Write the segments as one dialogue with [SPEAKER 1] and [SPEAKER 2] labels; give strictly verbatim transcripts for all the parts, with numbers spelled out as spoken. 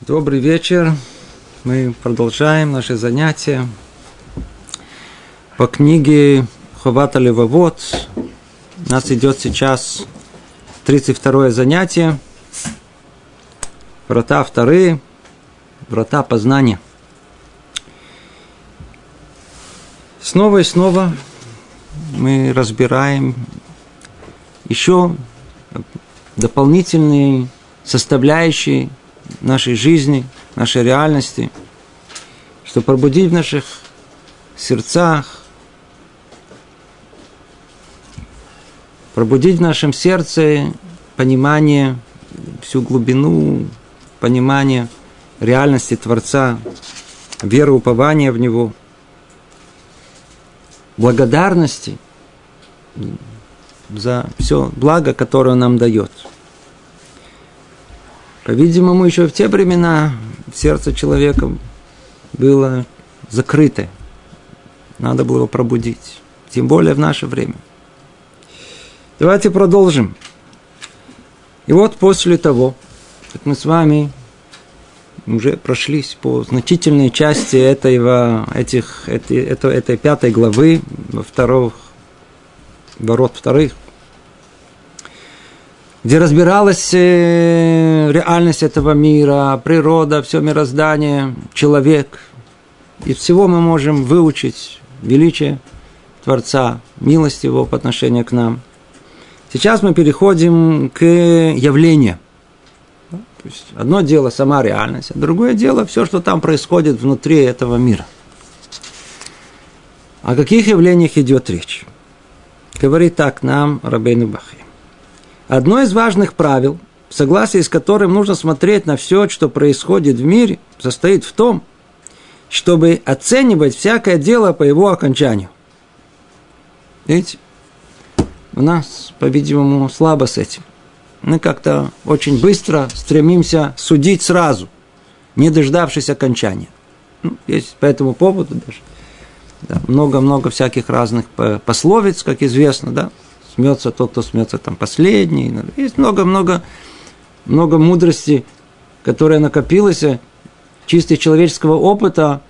[SPEAKER 1] Добрый вечер. Мы продолжаем наши занятия по книге Ховат Левавот. У нас идет сейчас тридцать второе занятие. Врата вторые, врата познания. Снова и снова мы разбираем еще дополнительные составляющие нашей жизни, нашей реальности, чтобы пробудить в наших сердцах, пробудить в нашем сердце понимание, всю глубину понимания реальности Творца, веру, упования в Него, благодарности за все благо, которое Он нам дает. По-видимому, еще в те времена сердце человека было закрыто. Надо было его пробудить. Тем более в наше время. Давайте продолжим. И вот после того, как мы с вами уже прошлись по значительной части этого, этих, этой, этой, этой пятой главы, во вторых, ворот вторых, где разбиралась реальность этого мира, природа, все мироздание, человек. Из всего мы можем выучить величие Творца, милость Его по отношению к нам. Сейчас мы переходим к явлению. То есть одно дело сама реальность, а другое дело все, что там происходит внутри этого мира. О каких явлениях идет речь? Говорит так нам Рабейну Бахья. Одно из важных правил, в согласии с которым нужно смотреть на все, что происходит в мире, состоит в том, чтобы оценивать всякое дело по его окончанию. Видите, у нас, по-видимому, слабо с этим. Мы как-то очень быстро стремимся судить сразу, не дождавшись окончания. Ну, есть по этому поводу даже да, много-много всяких разных пословиц, как известно, да. Смеется тот, кто смеется там последний. Есть много-много много мудрости, которая накопилась, чисто человеческого опыта,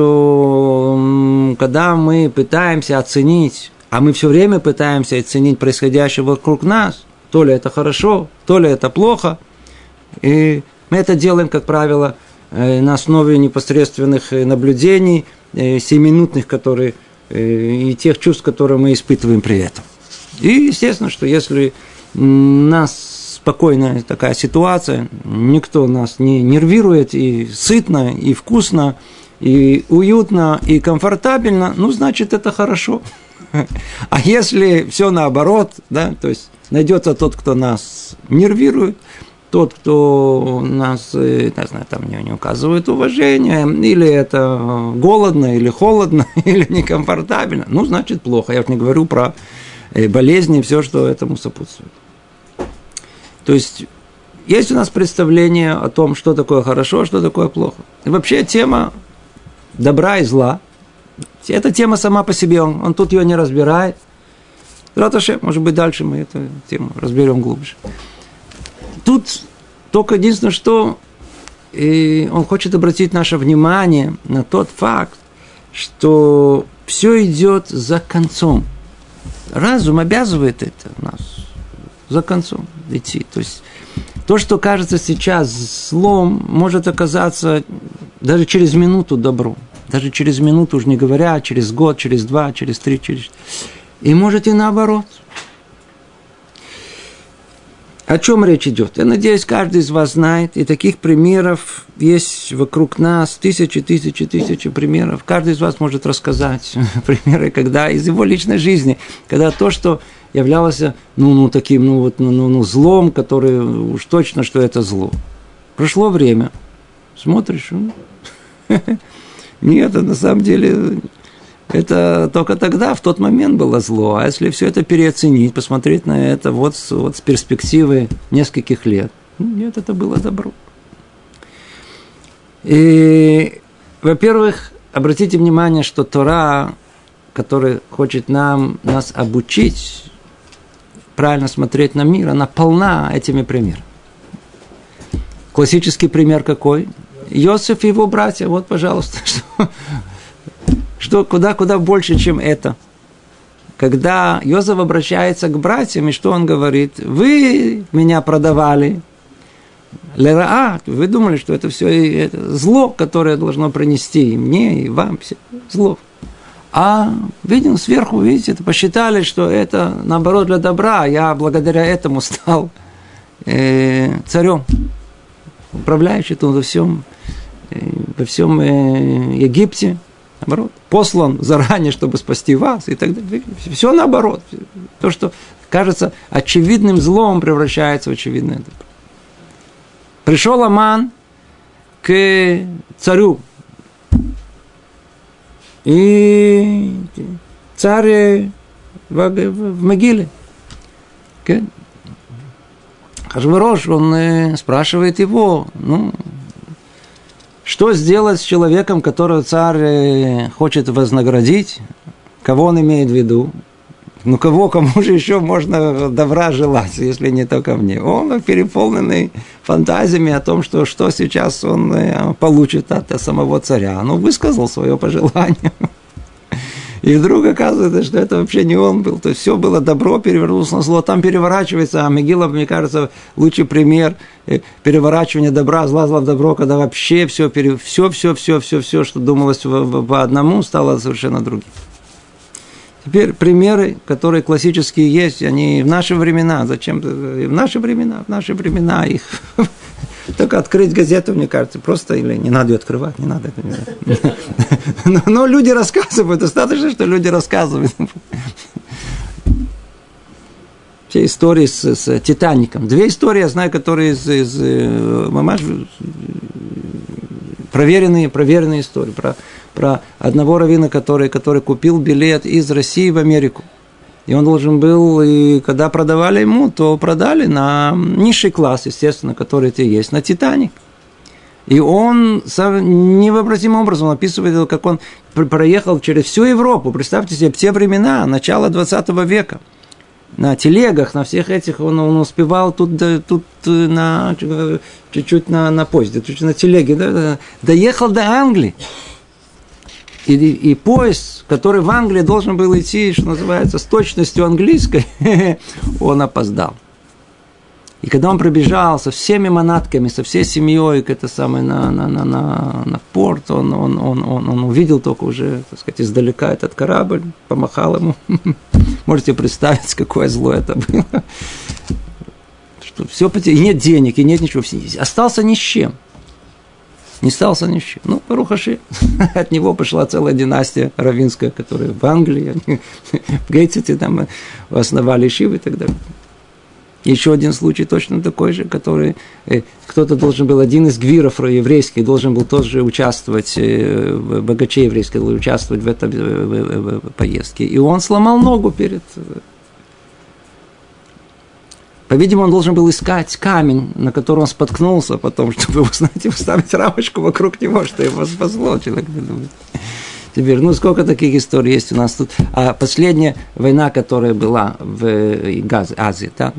[SPEAKER 1] что когда мы пытаемся оценить, а мы все время пытаемся оценить происходящее вокруг нас, то ли это хорошо, то ли это плохо, и мы это делаем, как правило, на основе непосредственных наблюдений, семиминутных, которые, и тех чувств, которые мы испытываем при этом. И естественно, что если у нас спокойная такая ситуация, никто нас не нервирует, и сытно, и вкусно, и уютно, и комфортабельно, ну, значит, это хорошо. А если все наоборот, да, то есть найдется тот, кто нас нервирует, тот, кто нас, не знаю, там не, не указывает уважение, или это голодно, или холодно, или некомфортабельно, ну, значит, плохо. Я уж не говорю про болезни, все, что этому сопутствует. То есть, есть у нас представление о том, что такое хорошо, что такое плохо. И вообще тема добра и зла, эта тема сама по себе, он, он тут ее не разбирает. Раташе, может быть, дальше мы эту тему разберем глубже. Тут только единственное, что и он хочет обратить наше внимание на тот факт, что все идет за концом. Разум обязывает это нас за концом идти. То есть то, что кажется сейчас злом, может оказаться даже через минуту добром. Даже через минуту, уж не говоря, через год, через два, через три, через... И может и наоборот. О чем речь идет? Я надеюсь, каждый из вас знает, и таких примеров есть вокруг нас, тысячи, тысячи, тысячи примеров. Каждый из вас может рассказать примеры, когда из его личной жизни, когда то, что являлось, ну, ну таким, ну, вот, ну, ну, ну, злом, который уж точно, что это зло. Прошло время, смотришь, ну, нет, это на самом деле... Это только тогда, в тот момент было зло. А если все это переоценить, посмотреть на это вот, вот с перспективы нескольких лет, нет, это было добро. И, во-первых, обратите внимание, что Тора, которая хочет нам, нас обучить правильно смотреть на мир, она полна этими примерами. Классический пример какой? Йосеф и его братья. Вот, пожалуйста, что, что куда, куда больше, чем это. Когда Йосеф обращается к братьям, и что он говорит? Вы меня продавали. Лераа, вы думали, что это все это зло, которое должно принести и мне, и вам, все зло. А видим сверху, видите, это посчитали, что это наоборот для добра. Я благодаря этому стал э, царем, управляющим во всем, э, во всем э, Египте. Наоборот, послан заранее, чтобы спасти вас и так далее. Все наоборот. То, что кажется очевидным злом, превращается в очевидное добро. Пришел Аман к царю. И царь в, в могиле. Ахашверош, он спрашивает его, ну, что сделать с человеком, которого царь хочет вознаградить, кого он имеет в виду. Ну, кого, кому же еще можно добра желать, если не только мне? Он переполненный фантазиями о том, что, что сейчас он получит от самого царя. Ну, высказал свое пожелание. И вдруг оказывается, что это вообще не он был. То есть, все было добро, перевернулось на зло. Там переворачивается, а Мегила, мне кажется, лучший пример переворачивания добра, зла, зла в добро, когда вообще все, все, все, все, все, все, что думалось по одному, стало совершенно другим. Теперь примеры, которые классические есть, они в наши времена. Зачем? В наши времена, в наши времена их только открыть газету, мне кажется, просто или не надо ее открывать, не надо. Не надо. Но, но люди рассказывают, достаточно, что люди рассказывают. Все истории с, с Титаником. Две истории я знаю, которые из, из мамаш, проверенные, проверенные истории про про одного раввина, который, который купил билет из России в Америку. И он должен был, и когда продавали ему, то продали на низший класс, естественно, который это есть, на «Титаник». И он невообразимым образом описывает, как он проехал через всю Европу. Представьте себе, в те времена, начало двадцатого века. На телегах, на всех этих, он, он успевал тут, тут на, чуть-чуть на, на поезде, чуть-чуть на телеге. Да, доехал до Англии. И, и поезд, который в Англии должен был идти, что называется, с точностью английской, он опоздал. И когда он пробежал со всеми манатками, со всей семьей, это самое, на, на, на, на, на порт, он, он, он, он, он увидел только уже, так сказать, издалека этот корабль, помахал ему. Можете представить, какое зло это было. Что все потерял, и нет денег, и нет ничего. Остался ни с чем. Не остался ни с чем. Ну, Барух Ашем. От него пошла целая династия раввинская, которая в Англии, они в Гейтсите там основали шивы и так далее. Еще один случай точно такой же, который э, кто-то должен был, один из гвиров еврейских, должен был тоже участвовать, э, богачей еврейских, участвовать в этой в, в, в поездке. И он сломал ногу перед... По-видимому, он должен был искать камень, на котором он споткнулся потом, чтобы, вы знаете, поставить рамочку вокруг него, что его спасло, человек не думает. Теперь, ну, сколько таких историй есть у нас тут. А последняя война, которая была в Газе, Азии, да,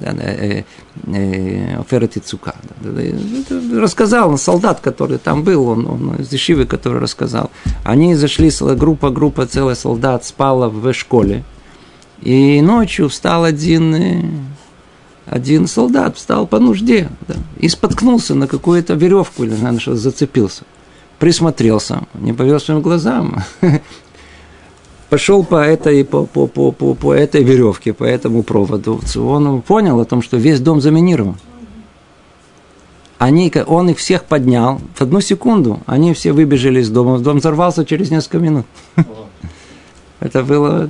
[SPEAKER 1] Офер Ицука, рассказал солдат, который там был, он, он из Ешивы, который рассказал. Они зашли, группа, группа, целая солдат спала в школе, и ночью встал один... Один солдат встал по нужде, да, и споткнулся на какую-то веревку, или, наверное, что зацепился. Присмотрелся, не поверил своим глазам. Пошел по этой, по, по, по, по, по этой веревке, по этому проводу. Он понял о том, что весь дом заминирован. Они, он их всех поднял. В одну секунду они все выбежали из дома. Дом взорвался через несколько минут. Это было...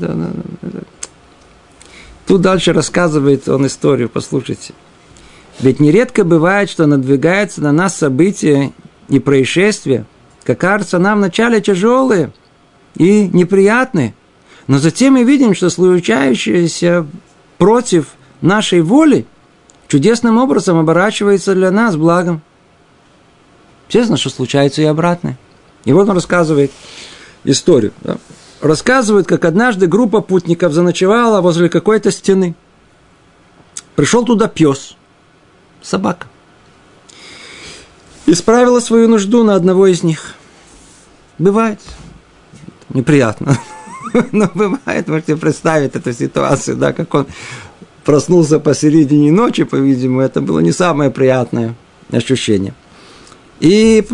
[SPEAKER 1] Тут дальше рассказывает он историю, послушайте. Ведь нередко бывает, что надвигается на нас события и происшествия, как кажется нам вначале тяжелые и неприятные, но затем мы видим, что случающееся против нашей воли чудесным образом оборачивается для нас благом. Честно, что случается и обратное. И вот он рассказывает историю, да? Рассказывают, как однажды группа путников заночевала возле какой-то стены. Пришел туда пес, собака. исправила свою нужду на одного из них. Бывает. Неприятно. Но бывает, можете представить эту ситуацию, да, как он проснулся посередине ночи, по-видимому, это было не самое приятное ощущение. И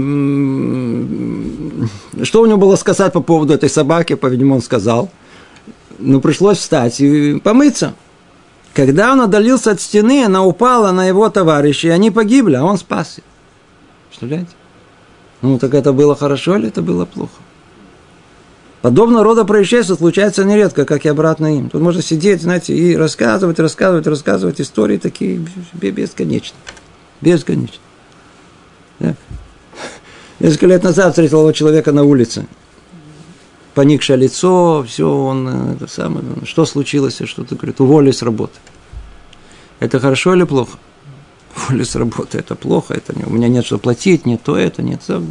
[SPEAKER 1] что у него было сказать по поводу этой собаки, по-видимому, он сказал. Ну, пришлось встать и помыться. Когда он отдалился от стены, она упала на его товарища, и они погибли, а он спасся. Представляете? Ну, так это было хорошо или это было плохо? Подобного рода происшествия случается нередко, как и обратно им. Тут можно сидеть, знаете, и рассказывать, рассказывать, рассказывать истории такие бесконечно. Бесконечно. Да. Несколько лет назад встретил его человека на улице. Поникшее лицо, все, он, это самое, что случилось, что-то, говорит, уволили с работы. Это хорошо или плохо? Уволили с работы, это плохо, это не, у меня нет что платить, нет то, это, нет все.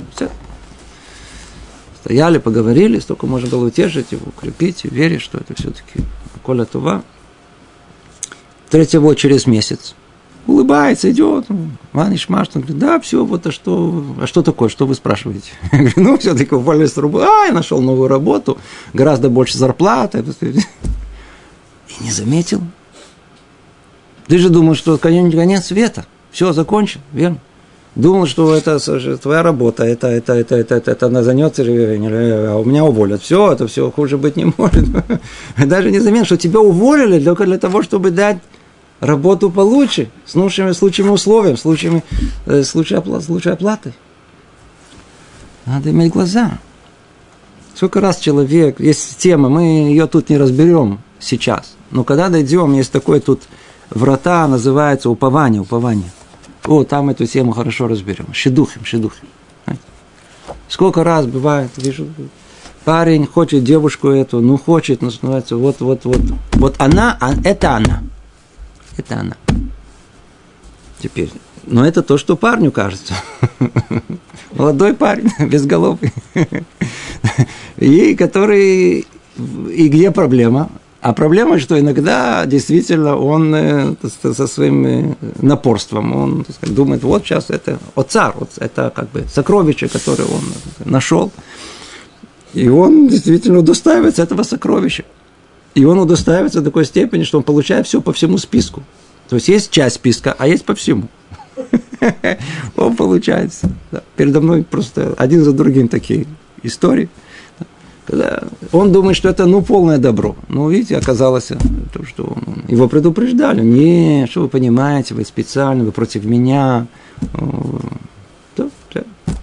[SPEAKER 1] Стояли, поговорили, столько можно было утешить его, укрепить, и верить, что это все-таки коля това. Третьего через месяц. Улыбается, идет, Ваниш Маш, он говорит, да, все, вот, а что, а что такое, что вы спрашиваете? Я говорю, ну, все-таки уволились с работы, а, я нашел новую работу, гораздо больше зарплаты. И не заметил. Ты же думал, что конец, конец света, все, закончен, верно? Думал, что это твоя работа, это, это, это, это, это, это она занятся, а у меня уволят. Все, это все хуже быть не может. Даже не заметил, что тебя уволили только для того, чтобы дать работу получше, с лучшими, с лучшими условиями, с лучшими, с лучшей, с лучшей оплатой. Надо иметь глаза. Сколько раз человек, есть тема, мы ее тут не разберем сейчас, но когда дойдем, есть такой тут врата, называется упование, упование. О, там эту тему хорошо разберем. Шедухим, шедухим. Сколько раз бывает, вижу, парень хочет девушку эту, ну хочет, называется, вот, вот, вот. Вот она, а это она. Это она. Теперь, но это то, что парню кажется. Молодой парень, безголовый. И который, и где проблема? А проблема, что иногда действительно он э, со своим напорством, он, так сказать, думает, вот сейчас это оцар, вот это как бы сокровище, которое он нашел. И он действительно удостаивается этого сокровища. И он удостаивается до такой степени, что он получает все по всему списку. То есть есть часть списка, а есть по всему. Он получается. Передо мной просто один за другим такие истории. Когда он думает, что это, ну, полное добро. Ну, видите, оказалось, что его предупреждали. Не, что вы понимаете, вы специально, вы против меня. Да, да.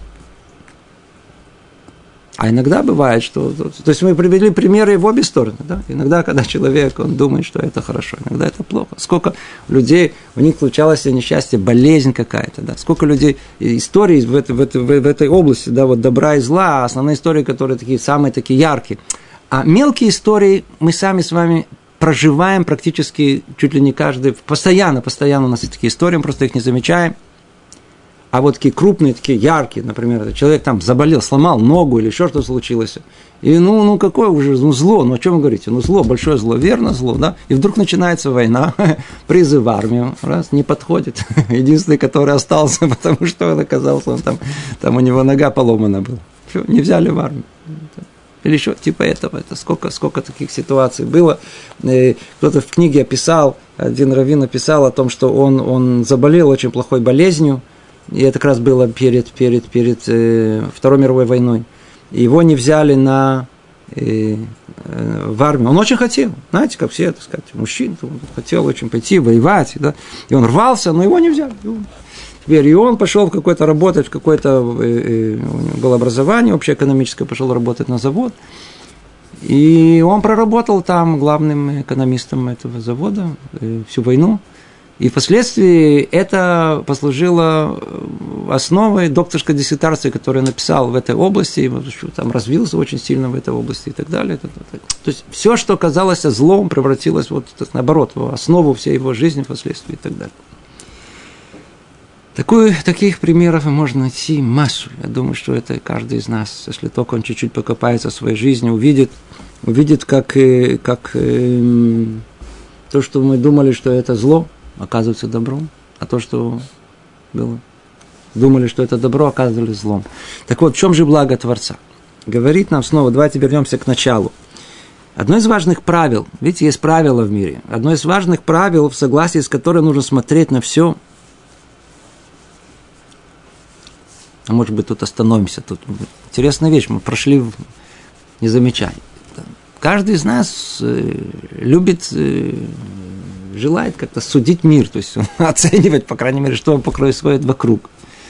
[SPEAKER 1] А иногда бывает, что... То есть мы привели примеры в обе стороны. Да? Иногда, когда человек, он думает, что это хорошо, иногда это плохо. Сколько людей, у них случалось несчастье, болезнь какая-то. Да? Сколько людей, историй в этой, в этой, в этой области, да, вот добра и зла, основные истории, которые такие, самые такие яркие. А мелкие истории мы сами с вами проживаем практически чуть ли не каждый, постоянно, постоянно у нас есть такие истории, мы просто их не замечаем. А вот такие крупные, такие яркие, например, человек там заболел, сломал ногу или еще что-то случилось. И ну, ну какое уже ну, зло, ну о чем вы говорите? Ну зло, большое зло, верно зло, да? И вдруг начинается война, призыв в армию, раз, не подходит. Единственный, который остался, потому что он оказался, он там, там у него нога поломана была. Все, не взяли в армию. Или еще типа этого. Это сколько, сколько таких ситуаций было. И кто-то в книге описал, один раввин написал о том, что он, он заболел очень плохой болезнью. И это как раз было перед, перед, перед э, Второй мировой войной. И его не взяли на, э, э, в армию. Он очень хотел, знаете, как все, так сказать, мужчины, он хотел очень пойти воевать. Да? И он рвался, но его не взяли. Теперь и он пошел в какой-то работать, в какое-то, э, э, у него было образование общеэкономическое, пошел работать на завод. И он проработал там главным экономистом этого завода э, всю войну. И впоследствии это послужило основой докторской диссертации, которую я написал в этой области, там развился очень сильно в этой области и так далее. То есть все, что казалось злом, превратилось вот, наоборот в основу всей его жизни впоследствии и так далее. Такую, таких примеров можно найти массу. Я думаю, что это каждый из нас, если только он чуть-чуть покопается в своей жизни, увидит, увидит как, как э, то, что мы думали, что это зло, оказывается добром, а то, что было Думали, что это добро, оказывались злом. Так вот, в чем же благо Творца? Говорит нам снова, давайте вернемся к началу. Одно из важных правил, видите, есть правила в мире. Одно из важных правил, в согласии с которым нужно смотреть на все. А может быть, тут остановимся. Тут интересная вещь, мы прошли, не замечая. Каждый из нас любит, желает как-то судить мир, то есть оценивать, по крайней мере, что происходит вокруг.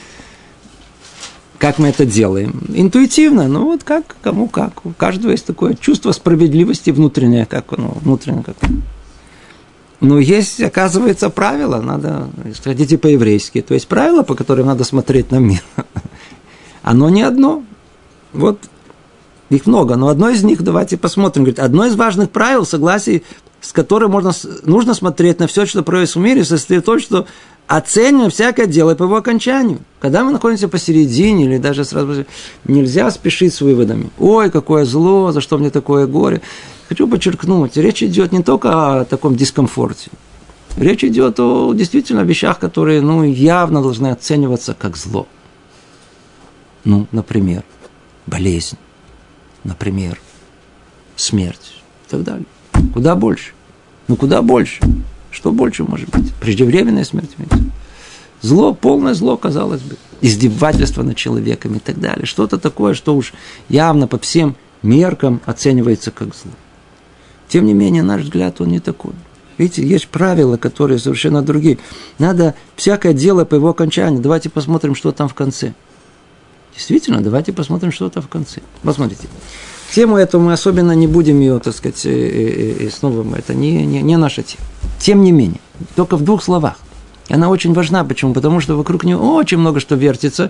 [SPEAKER 1] Как мы это делаем? Интуитивно, ну вот как, кому как. У каждого есть такое чувство справедливости внутреннее, как оно, внутреннее как. Но есть, оказывается, правила, надо, если хотите по-еврейски, то есть правила, по которым надо смотреть на мир. Оно не одно. Вот их много, но одно из них, давайте посмотрим. Говорит, одно из важных правил, в согласии с которым можно, нужно смотреть на все, что происходит в мире, состоит в том, что оцениваем всякое дело по его окончанию. Когда мы находимся посередине, или даже сразу, нельзя спешить с выводами. Ой, какое зло, за что мне такое горе. Хочу подчеркнуть, речь идет не только о таком дискомфорте. Речь идет о действительно вещах, которые ну, явно должны оцениваться как зло. Ну, например, болезнь, например, смерть и так далее. Куда больше? Ну, куда больше? Что больше может быть? Преждевременная смерть. Зло, полное зло, казалось бы. Издевательство над человеком и так далее. Что-то такое, что уж явно по всем меркам оценивается как зло. Тем не менее, наш взгляд, он не такой. Видите, есть правила, которые совершенно другие. Надо всякое дело по его окончанию. Давайте посмотрим, что там в конце. Действительно, давайте посмотрим, что там в конце. Посмотрите. Тему эту мы особенно не будем ее, так сказать, и снова это не, не, не наша тема. Тем не менее, только в двух словах. Она очень важна. Почему? Потому что вокруг нее очень много что вертится.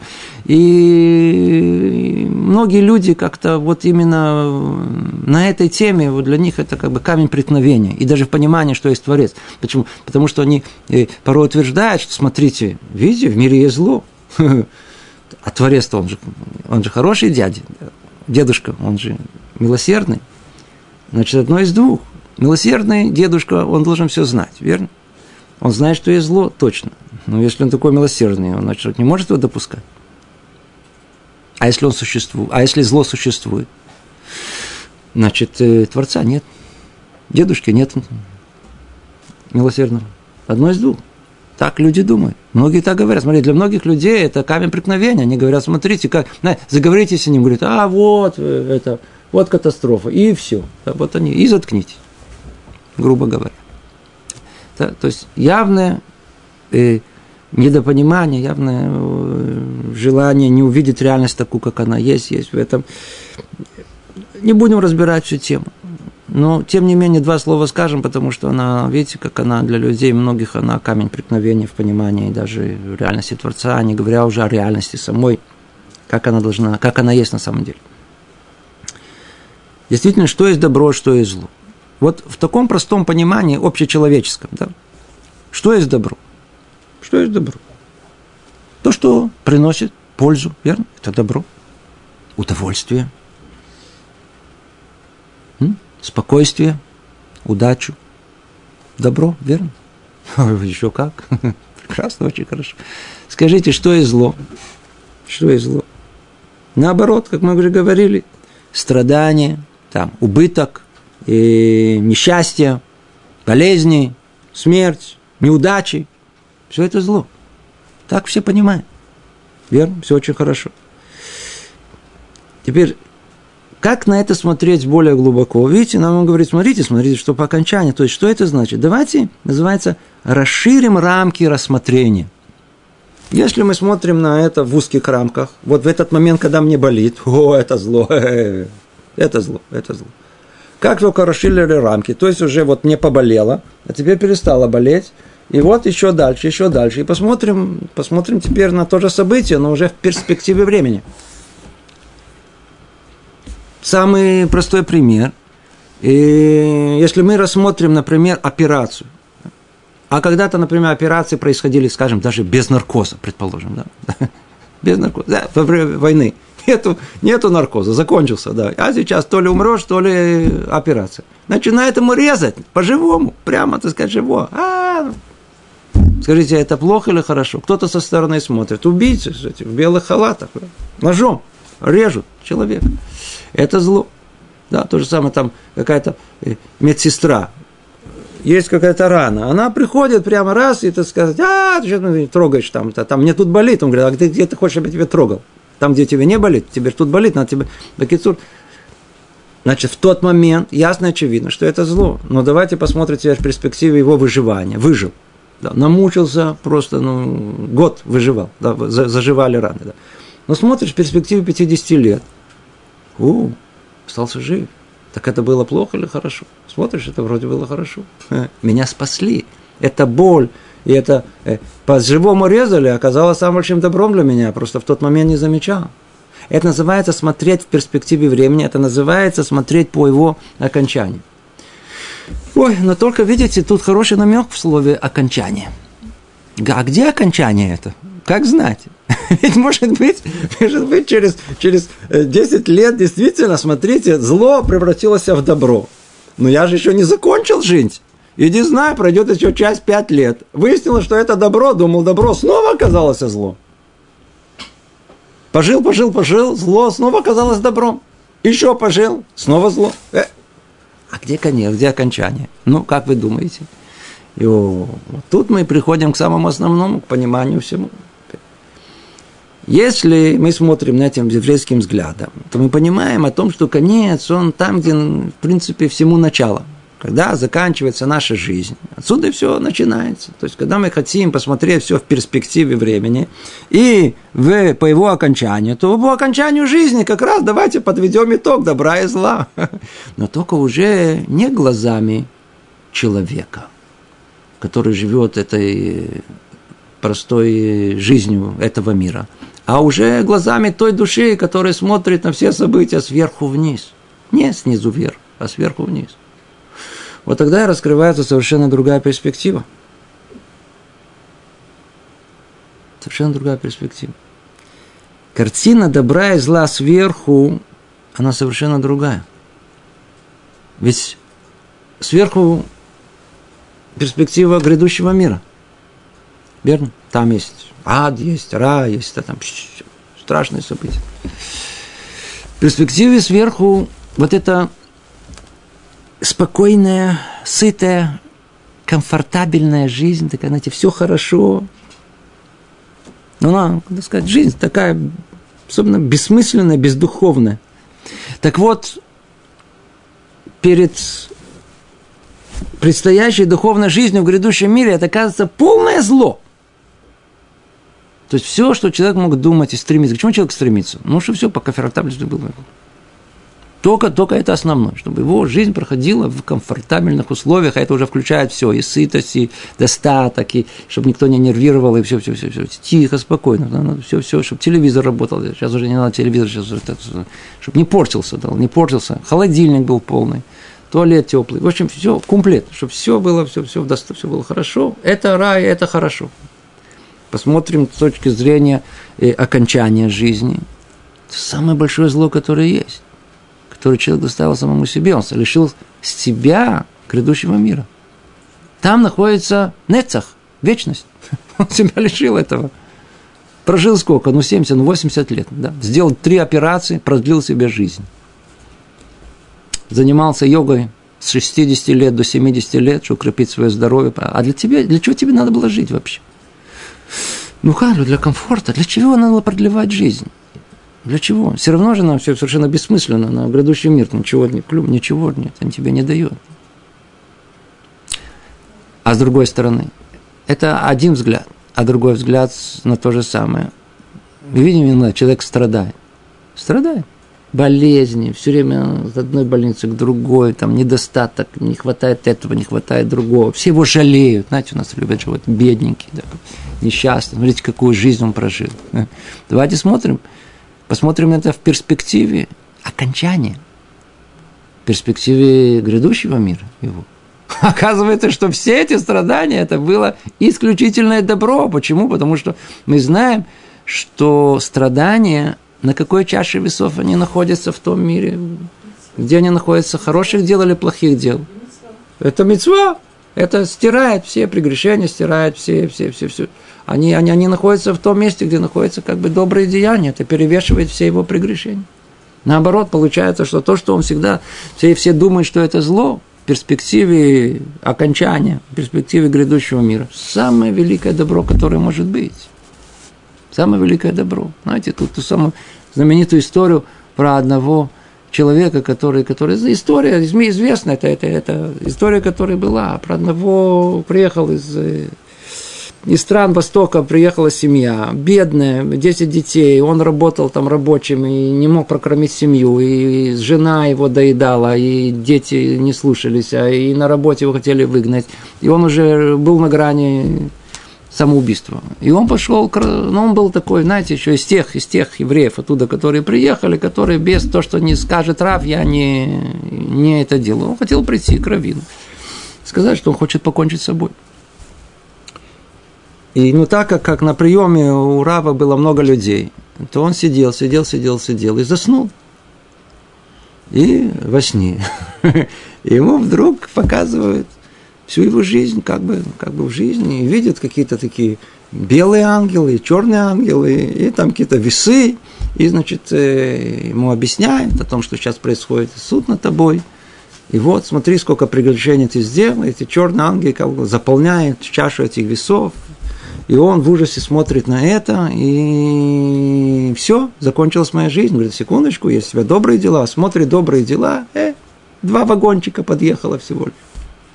[SPEAKER 1] И многие люди как-то вот именно на этой теме, вот для них это как бы камень преткновения. И даже в понимании, что есть Творец. Почему? Потому что они порой утверждают, что смотрите, видите, в мире есть зло. А Творец-то он же, он же хороший дядя. Дедушка, он же милосердный. Значит, одно из двух. Милосердный дедушка, он должен все знать, верно? Он знает, что есть зло, точно. Но если он такой милосердный, он, значит, не может его допускать. А если он существует? А если зло существует? Значит, Творца нет. Дедушки нет милосердного. Одно из двух. Так люди думают. Многие так говорят. Смотрите, для многих людей это камень преткновения. Они говорят, смотрите, как... Заговорите с ним, говорят, а вот это, вот катастрофа. И все. Вот они, и заткнитесь. Грубо говоря. Да, то есть явное э, недопонимание, явное э, желание не увидеть реальность такую, как она есть, есть в этом. Не будем разбирать всю тему. Но, тем не менее, два слова скажем, потому что она, видите, как она для людей, многих, она камень преткновения в понимании даже реальности Творца, не говоря уже о реальности самой, как она должна, как она есть на самом деле. Действительно, что есть добро, что есть зло. Вот в таком простом понимании, общечеловеческом, да, что есть добро? Что есть добро? То, что приносит пользу, верно? Это добро. Удовольствие. М? Спокойствие, удачу. Добро, верно? Еще как. Прекрасно, очень хорошо. Скажите, что есть зло? Что есть зло? Наоборот, как мы уже говорили, страдания, там, убыток, и несчастье, болезни, смерть, неудачи. Все это зло. Так все понимают. Верно? Все очень хорошо. Теперь, как на это смотреть более глубоко? Видите, нам он говорит, смотрите, смотрите, что по окончанию. То есть, что это значит? Давайте, называется, расширим рамки рассмотрения. Если мы смотрим на это в узких рамках, вот в этот момент, когда мне болит, о, это зло, это зло, это зло. Как только расширили рамки, то есть уже вот не поболело, а теперь перестало болеть, и вот еще дальше, еще дальше. И посмотрим, посмотрим теперь на то же событие, но уже в перспективе времени. Самый простой пример. И если мы рассмотрим, например, операцию, а когда-то, например, операции происходили, скажем, даже без наркоза, предположим, да, без наркоза, да, во время войны. Нету, нету наркоза, закончился, да. А сейчас то ли умрешь, то ли операция. Начинает ему резать по-живому, прямо, так сказать, живо. А, Скажите, это плохо или хорошо? Кто-то со стороны смотрит. Убийцы в белых халатах, ножом режут человека. Это зло. Да, то же самое там какая-то медсестра. Есть какая-то рана. Она приходит прямо раз и, так сказать, а, ты что трогаешь там, там мне тут болит. Он говорит, а ты где ты хочешь, чтобы я тебя трогал? Там, где тебе не болит, тебе тут болит, надо тебе... Значит, в тот момент ясно и очевидно, что это зло. Но давайте посмотрим теперь в перспективе его выживания. Выжил. Да, намучился просто, ну, год выживал. Да, заживали раны. Да. Но смотришь в перспективе пятидесяти лет. О, остался жив. Так это было плохо или хорошо? Смотришь, это вроде было хорошо. Меня спасли. Это боль. И это э, по-живому резали, оказалось самым большим добром для меня. Просто в тот момент не замечал. Это называется смотреть в перспективе времени. Это называется смотреть по его окончанию. Ой, но только, видите, тут хороший намек в слове «окончание». А где окончание это? Как знать? Ведь может быть, может быть через, через десять лет действительно, смотрите, зло превратилось в добро. Но я же еще не закончил жить. Иди знай, пройдет еще часть пять лет. Выяснилось, что это добро, думал, добро снова оказалось зло. Пожил, пожил, пожил, зло снова оказалось добром. Еще пожил, снова зло. Э. А где конец, где окончание? Ну, как вы думаете? И о, вот тут мы приходим к самому основному, к пониманию всему. Если мы смотрим на этим еврейским взглядом, то мы понимаем о том, что конец, он там, где, в принципе, всему начало. Когда заканчивается наша жизнь. Отсюда все начинается. То есть, когда мы хотим посмотреть все в перспективе времени и в, по его окончанию, то по окончанию жизни как раз давайте подведем итог добра и зла. Но только уже не глазами человека, который живет этой простой жизнью этого мира, а уже глазами той души, которая смотрит на все события сверху вниз. Не снизу вверх, а сверху вниз. Вот тогда раскрывается совершенно другая перспектива. Совершенно другая перспектива. Картина добра и зла сверху, она совершенно другая. Ведь сверху перспектива грядущего мира. Верно? Там есть ад, есть рай, есть там страшные события. В перспективе сверху вот это спокойная, сытая, комфортабельная жизнь, такая, знаете, все хорошо. Но она, как сказать, жизнь такая, особенно бессмысленная, бездуховная. Так вот, перед предстоящей духовной жизнью в грядущем мире это, оказывается, полное зло. То есть все, что человек мог думать и стремиться. К чему человек стремится? Ну, что все по комфортабельности было. Только, только это основное, чтобы его жизнь проходила в комфортабельных условиях, а это уже включает все, и сытость, и достаток, и чтобы никто не нервировал, и все, все, все, все, тихо, спокойно, все, все, чтобы телевизор работал, сейчас уже не надо телевизор, сейчас, чтобы не портился, да, не портился, холодильник был полный, туалет теплый, в общем, все, комплект, чтобы все было, все, все, все было хорошо, это рай, это хорошо. Посмотрим с точки зрения э, окончания жизни, это самое большое зло, которое есть. Который человек доставил самому себе, он лишил себя грядущего мира. Там находится нецах, вечность. Он себя лишил этого. Прожил сколько? Ну, семьдесят, ну, восемьдесят лет. Да? Сделал три операции, продлил себе жизнь. Занимался йогой с шестидесяти лет до семидесяти лет, чтобы укрепить свое здоровье. А для тебя, для чего тебе надо было жить вообще? Ну, как, для комфорта. Для чего надо было продлевать жизнь? Для чего? Все равно же нам все совершенно бессмысленно. На грядущий мир ничего, ничего нет, он тебе не дает. А с другой стороны, это один взгляд, а другой взгляд на то же самое. Мы видим, человек страдает. Страдает. Болезни, все время от одной больницы к другой, там недостаток, не хватает этого, не хватает другого. Все его жалеют. Знаете, у нас любят живот бедненький, да, несчастный. Смотрите, какую жизнь он прожил. Давайте смотрим. Посмотрим на это в перспективе окончания, в перспективе грядущего мира его. Оказывается, что все эти страдания, это было исключительное добро. Почему? Потому что мы знаем, что страдания, на какой чаше весов они находятся в том мире, где они находятся, хороших дел или плохих дел. Это мицва. Это стирает все прегрешения, стирает все, все, все, все. Они, они, они находятся в том месте, где находятся как бы добрые деяния. Это перевешивает все его прегрешения. Наоборот, получается, что то, что он всегда, все, все думают, что это зло, в перспективе окончания, в перспективе грядущего мира, самое великое добро, которое может быть. Самое великое добро. Знаете, тут ту самую знаменитую историю про одного человека, который, который история известна, это, это, это история, которая была, про одного приехал из, из стран Востока, приехала семья, бедная, десять детей, он работал там рабочим и не мог прокормить семью, и жена его доедала, и дети не слушались, а и на работе его хотели выгнать, и он уже был на грани самоубийства. И он пошел, ну, он был такой, знаете, еще из тех, из тех евреев оттуда, которые приехали, которые без того, что не скажет рав, я не, не это делаю. Он хотел прийти к раввину, сказать, что он хочет покончить с собой. И ну так как, как на приеме у рава было много людей, то он сидел, сидел, сидел, сидел и заснул. И во сне ему вдруг показывают всю его жизнь, как бы, как бы в жизни, и видят какие-то такие белые ангелы, черные ангелы, и там какие-то весы, и, значит, ему объясняют о том, что сейчас происходит суд над тобой, и вот, смотри, сколько прегрешений ты сделал, эти черные ангелы как бы заполняют чашу этих весов, и он в ужасе смотрит на это, и все, закончилась моя жизнь. Говорит, секундочку, есть у тебя добрые дела, смотри, добрые дела, э, два вагончика подъехало всего лишь.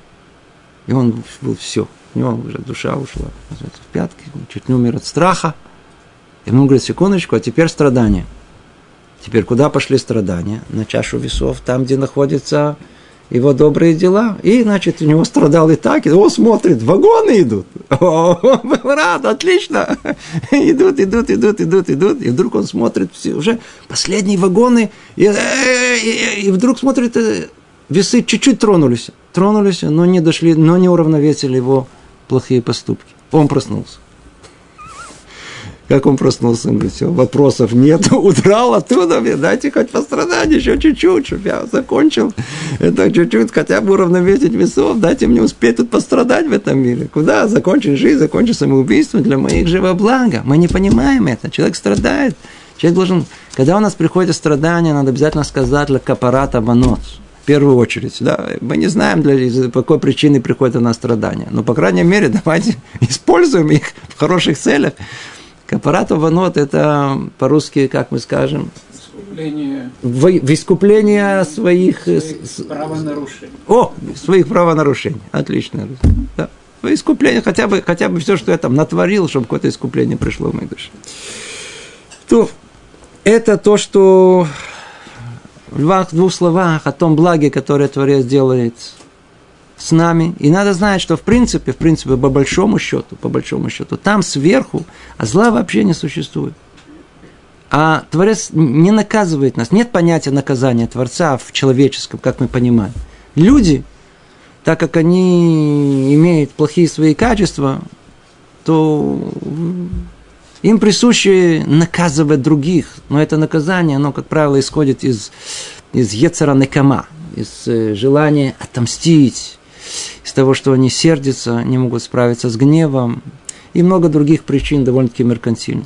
[SPEAKER 1] И он был все, у него уже душа ушла в пятки, чуть не умер от страха. И он говорит, секундочку, а теперь страдания. Теперь куда пошли страдания? На чашу весов, там, где находятся его добрые дела. И, значит, у него страдал и так, и он смотрит, вагоны идут. О, он был рад, отлично. Идут, идут, идут, идут, идут. И вдруг он смотрит, все, уже последние вагоны, и, и, и вдруг смотрит, весы чуть-чуть тронулись. Тронулись, но не дошли, но не уравновесили его плохие поступки. Он проснулся. Как он проснулся? Он говорит, все, вопросов нет, удрал оттуда, мне дайте хоть пострадать еще чуть-чуть, чтобы я закончил. Это чуть-чуть, хотя бы уравновесить весов, дайте мне успеть тут пострадать в этом мире. Куда? Закончить жизнь, закончить самоубийство для моих же во благо. Мы не понимаем это. Человек страдает. Человек должен, когда у нас приходит страдание, надо обязательно сказать «ля капарата банот». В первую очередь, да, мы не знаем, для, по какой причине приходят у нас страдания, но, по крайней мере, давайте используем их в хороших целях. Капарат банот – это по-русски, как мы скажем, искупление, в, в искупление своих, своих
[SPEAKER 2] правонарушений.
[SPEAKER 1] О, своих правонарушений. Отлично. Да. Искупление, хотя бы, хотя бы все, что я там натворил, чтобы какое-то искупление пришло в мою душу. То, это то, что в двух словах о том благе, которое Творец делает с нами. И надо знать, что в принципе, в принципе, по большому счету, по большому счету, там сверху, а зла вообще не существует. А Творец не наказывает нас. Нет понятия наказания Творца в человеческом, как мы понимаем. Люди, так как они имеют плохие свои качества, то им присуще наказывать других. Но это наказание, оно, как правило, исходит из, из ецера некама, из желания отомстить, из того, что они сердятся, не могут справиться с гневом, и много других причин довольно-таки меркантильных.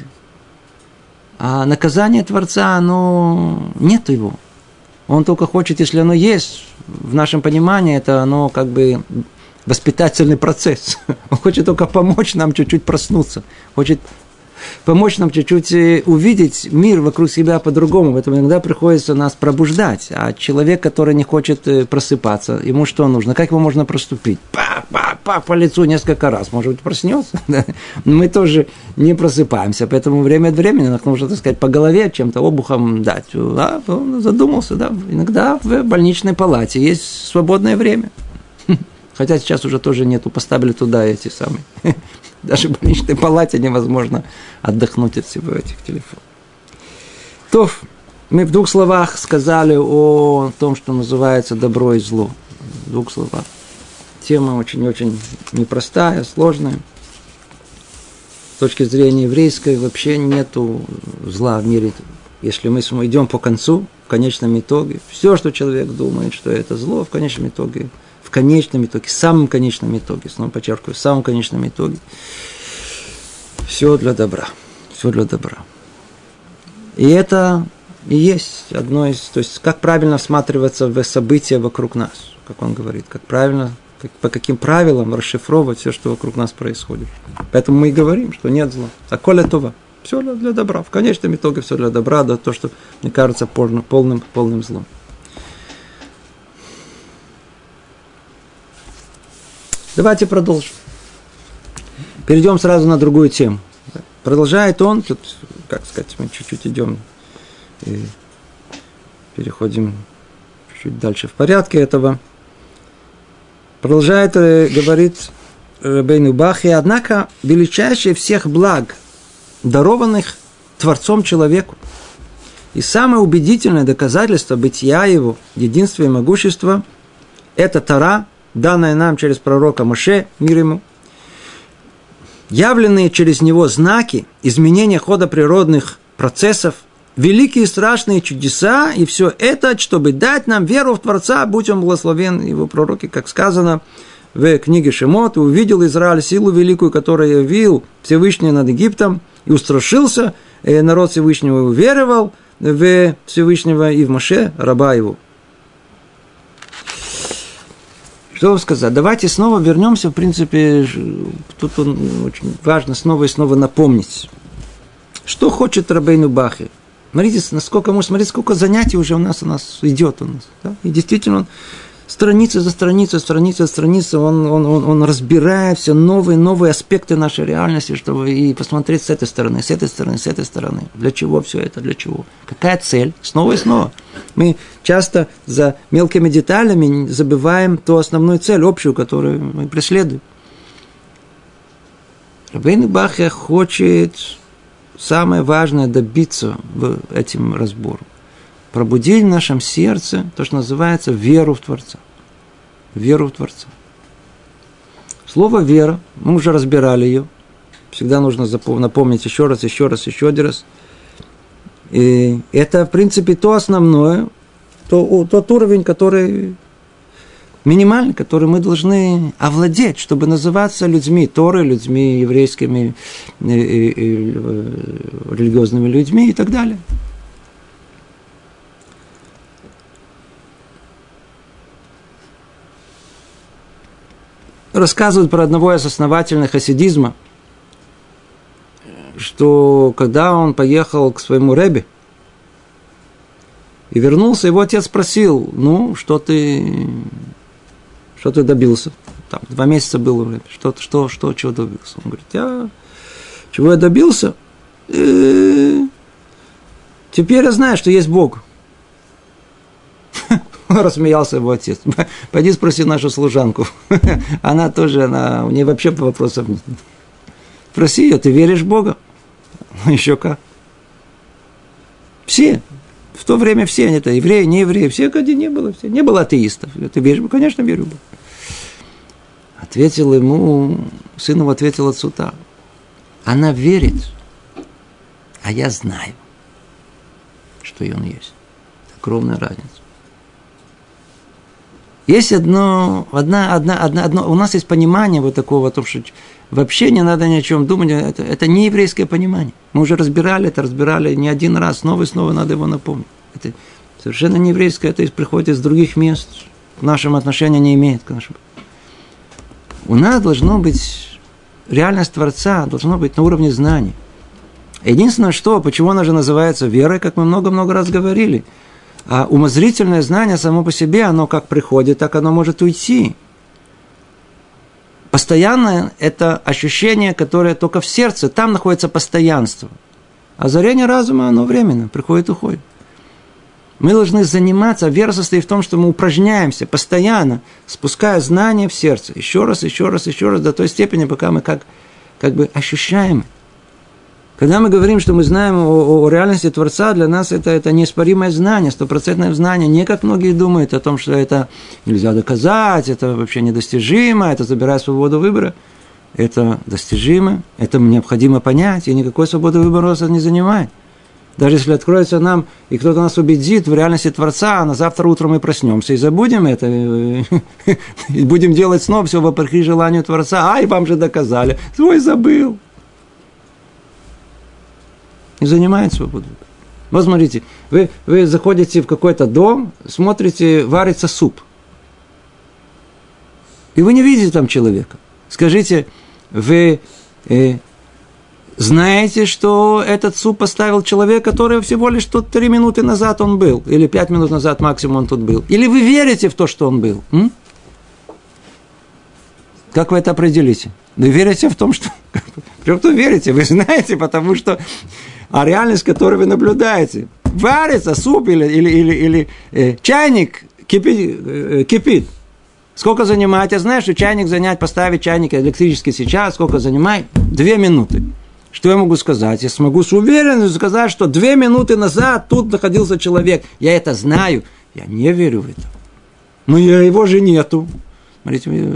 [SPEAKER 1] А наказание Творца, оно нет его. Он только хочет, если оно есть, в нашем понимании, это оно как бы воспитательный процесс. Он хочет только помочь нам чуть-чуть проснуться, хочет помочь нам чуть-чуть увидеть мир вокруг себя по-другому. Поэтому иногда приходится нас пробуждать. А человек, который не хочет просыпаться, ему что нужно? Как его можно проступить? Па-па-па по лицу несколько раз. Может быть, проснется? Мы тоже не просыпаемся. Поэтому время от времени нам нужно, так сказать, по голове чем-то обухом дать. А, он задумался, да. Иногда в больничной палате есть свободное время. Хотя сейчас уже тоже нету. Поставили туда эти самые... Даже в больничной палате невозможно отдохнуть от всего этих телефонов. То, мы в двух словах сказали о том, что называется добро и зло. В двух словах. Тема очень-очень непростая, сложная. С точки зрения еврейской вообще нету зла в мире. если мы идем по концу, в конечном итоге, все, что человек думает, что это зло, в конечном итоге, в конечном итоге, в самом конечном итоге, снова подчеркиваю, в самом конечном итоге, все для добра, все для добра. И это и есть одно из, то есть, как правильно всматриваться в события вокруг нас, как он говорит, как правильно, как, по каким правилам расшифровывать все, что вокруг нас происходит. Поэтому мы и говорим, что нет зла. А коля това. Все для добра. В конечном итоге все для добра, да то, что мне кажется полным, полным, полным злом. Давайте продолжим. Перейдем сразу на другую тему. Продолжает он, тут, как сказать, мы чуть-чуть идем и переходим чуть дальше в порядке этого. Продолжает, говорит Рабейну Бахи, однако величайший всех благ, дарованных Творцом человеку, и самое убедительное доказательство бытия его, единства и могущества, это Тора, данная нам через пророка Моше, мир ему, явленные через него знаки, изменения хода природных процессов, великие и страшные чудеса, и все это, чтобы дать нам веру в Творца, будь он благословен, его пророки, как сказано в книге Шемот, и увидел Израиль силу великую, которую явил Всевышний над Египтом, и устрашился, и народ Всевышнего уверовал в Всевышнего и в Моше, раба его. Что вам сказать? Давайте снова вернемся, в принципе, тут очень важно снова и снова напомнить. Что хочет Рабейну Бахи? Смотрите, насколько, может, смотрите, сколько занятий уже у нас, у нас идет. У нас, да? И действительно, он страница за страницей, страница за страницей, он, он, он, он разбирает все новые, новые аспекты нашей реальности, чтобы и посмотреть с этой стороны, с этой стороны, с этой стороны. Для чего все это, для чего? Какая цель? Снова и снова. Мы часто за мелкими деталями забываем ту основную цель, общую, которую мы преследуем. Рабейну Бахи хочет самое важное добиться в этим разбором. Пробудить в нашем сердце то, что называется веру в Творца. Веру в Творца. Слово «вера», мы уже разбирали ее. Всегда нужно напомнить еще раз, еще раз, еще один раз. И это, в принципе, то основное, то, тот уровень, который минимальный, который мы должны овладеть, чтобы называться людьми Торы, людьми еврейскими, и, и, и, религиозными людьми и так далее. Рассказывают про одного из основателей хасидизма, что когда он поехал к своему ребе и вернулся, его отец спросил: ну, что ты, что ты добился? Там два месяца был у ребе. Что, что, что, чего добился? Он говорит: я, чего я добился? И теперь я знаю, что есть Бог. Рассмеялся его отец. Пойди спроси нашу служанку. Она тоже, она, у нее вообще вопросов нет. Спроси ее, ты веришь в Бога? Ну, еще как. Все. В то время все, это евреи, не евреи, все, где не было, все. Не было атеистов. Ты веришь? Конечно, верю в Бога. Ответил ему, сын его ответил отцу так: она верит, а я знаю, что он есть. Огромная разница. Есть одно, одна, одна, одна, одно, у нас есть понимание вот такого, то, что вообще не надо ни о чем думать, это, это не еврейское понимание. Мы уже разбирали это, разбирали не один раз, снова и снова надо его напомнить. Это совершенно не еврейское, это приходит из других мест, к нашему отношению не имеет. К нашему. У нас должно быть, реальность Творца должна быть на уровне знаний. Единственное, что, почему она же называется верой, как мы много-много раз говорили, а умозрительное знание само по себе, оно как приходит, так оно может уйти. Постоянное – это ощущение, которое только в сердце, там находится постоянство. Озарение разума, оно временно, приходит и уходит. Мы должны заниматься, вера состоит в том, что мы упражняемся постоянно, спуская знания в сердце, еще раз, еще раз, еще раз, до той степени, пока мы как, как бы ощущаем. Когда мы говорим, что мы знаем о, о реальности Творца, для нас это, это неоспоримое знание, стопроцентное знание. Не как многие думают о том, что это нельзя доказать, это вообще недостижимо, это забирает свободу выбора. Это достижимо, это необходимо понять, и никакой свободы выбора не занимает. Даже если откроется нам, и кто-то нас убедит в реальности Творца, а на завтра утром мы проснемся и забудем это, и будем делать снова все вопреки желанию Творца. Ай, вам же доказали. Твой забыл. Не занимает свободу. Вот смотрите, вы, вы заходите в какой-то дом, смотрите, варится суп. И вы не видите там человека. Скажите, вы... Э, знаете, что этот суп поставил человек, который всего лишь тут три минуты назад он был, или пять минут назад максимум он тут был? Или вы верите в то, что он был? М? Как вы это определите? Вы верите в том, что... Причем кто верите? Вы знаете, потому что... А реальность, которую вы наблюдаете, варится суп или, или, или, или э, чайник кипит, э, кипит. Сколько занимает? Я знаю, что чайник занять, поставить чайник электрический сейчас, сколько занимает? Две минуты. Что я могу сказать? Я смогу с уверенностью сказать, что две минуты назад тут находился человек. Я это знаю. Я не верю в это. Но я, его же нету. Смотрите,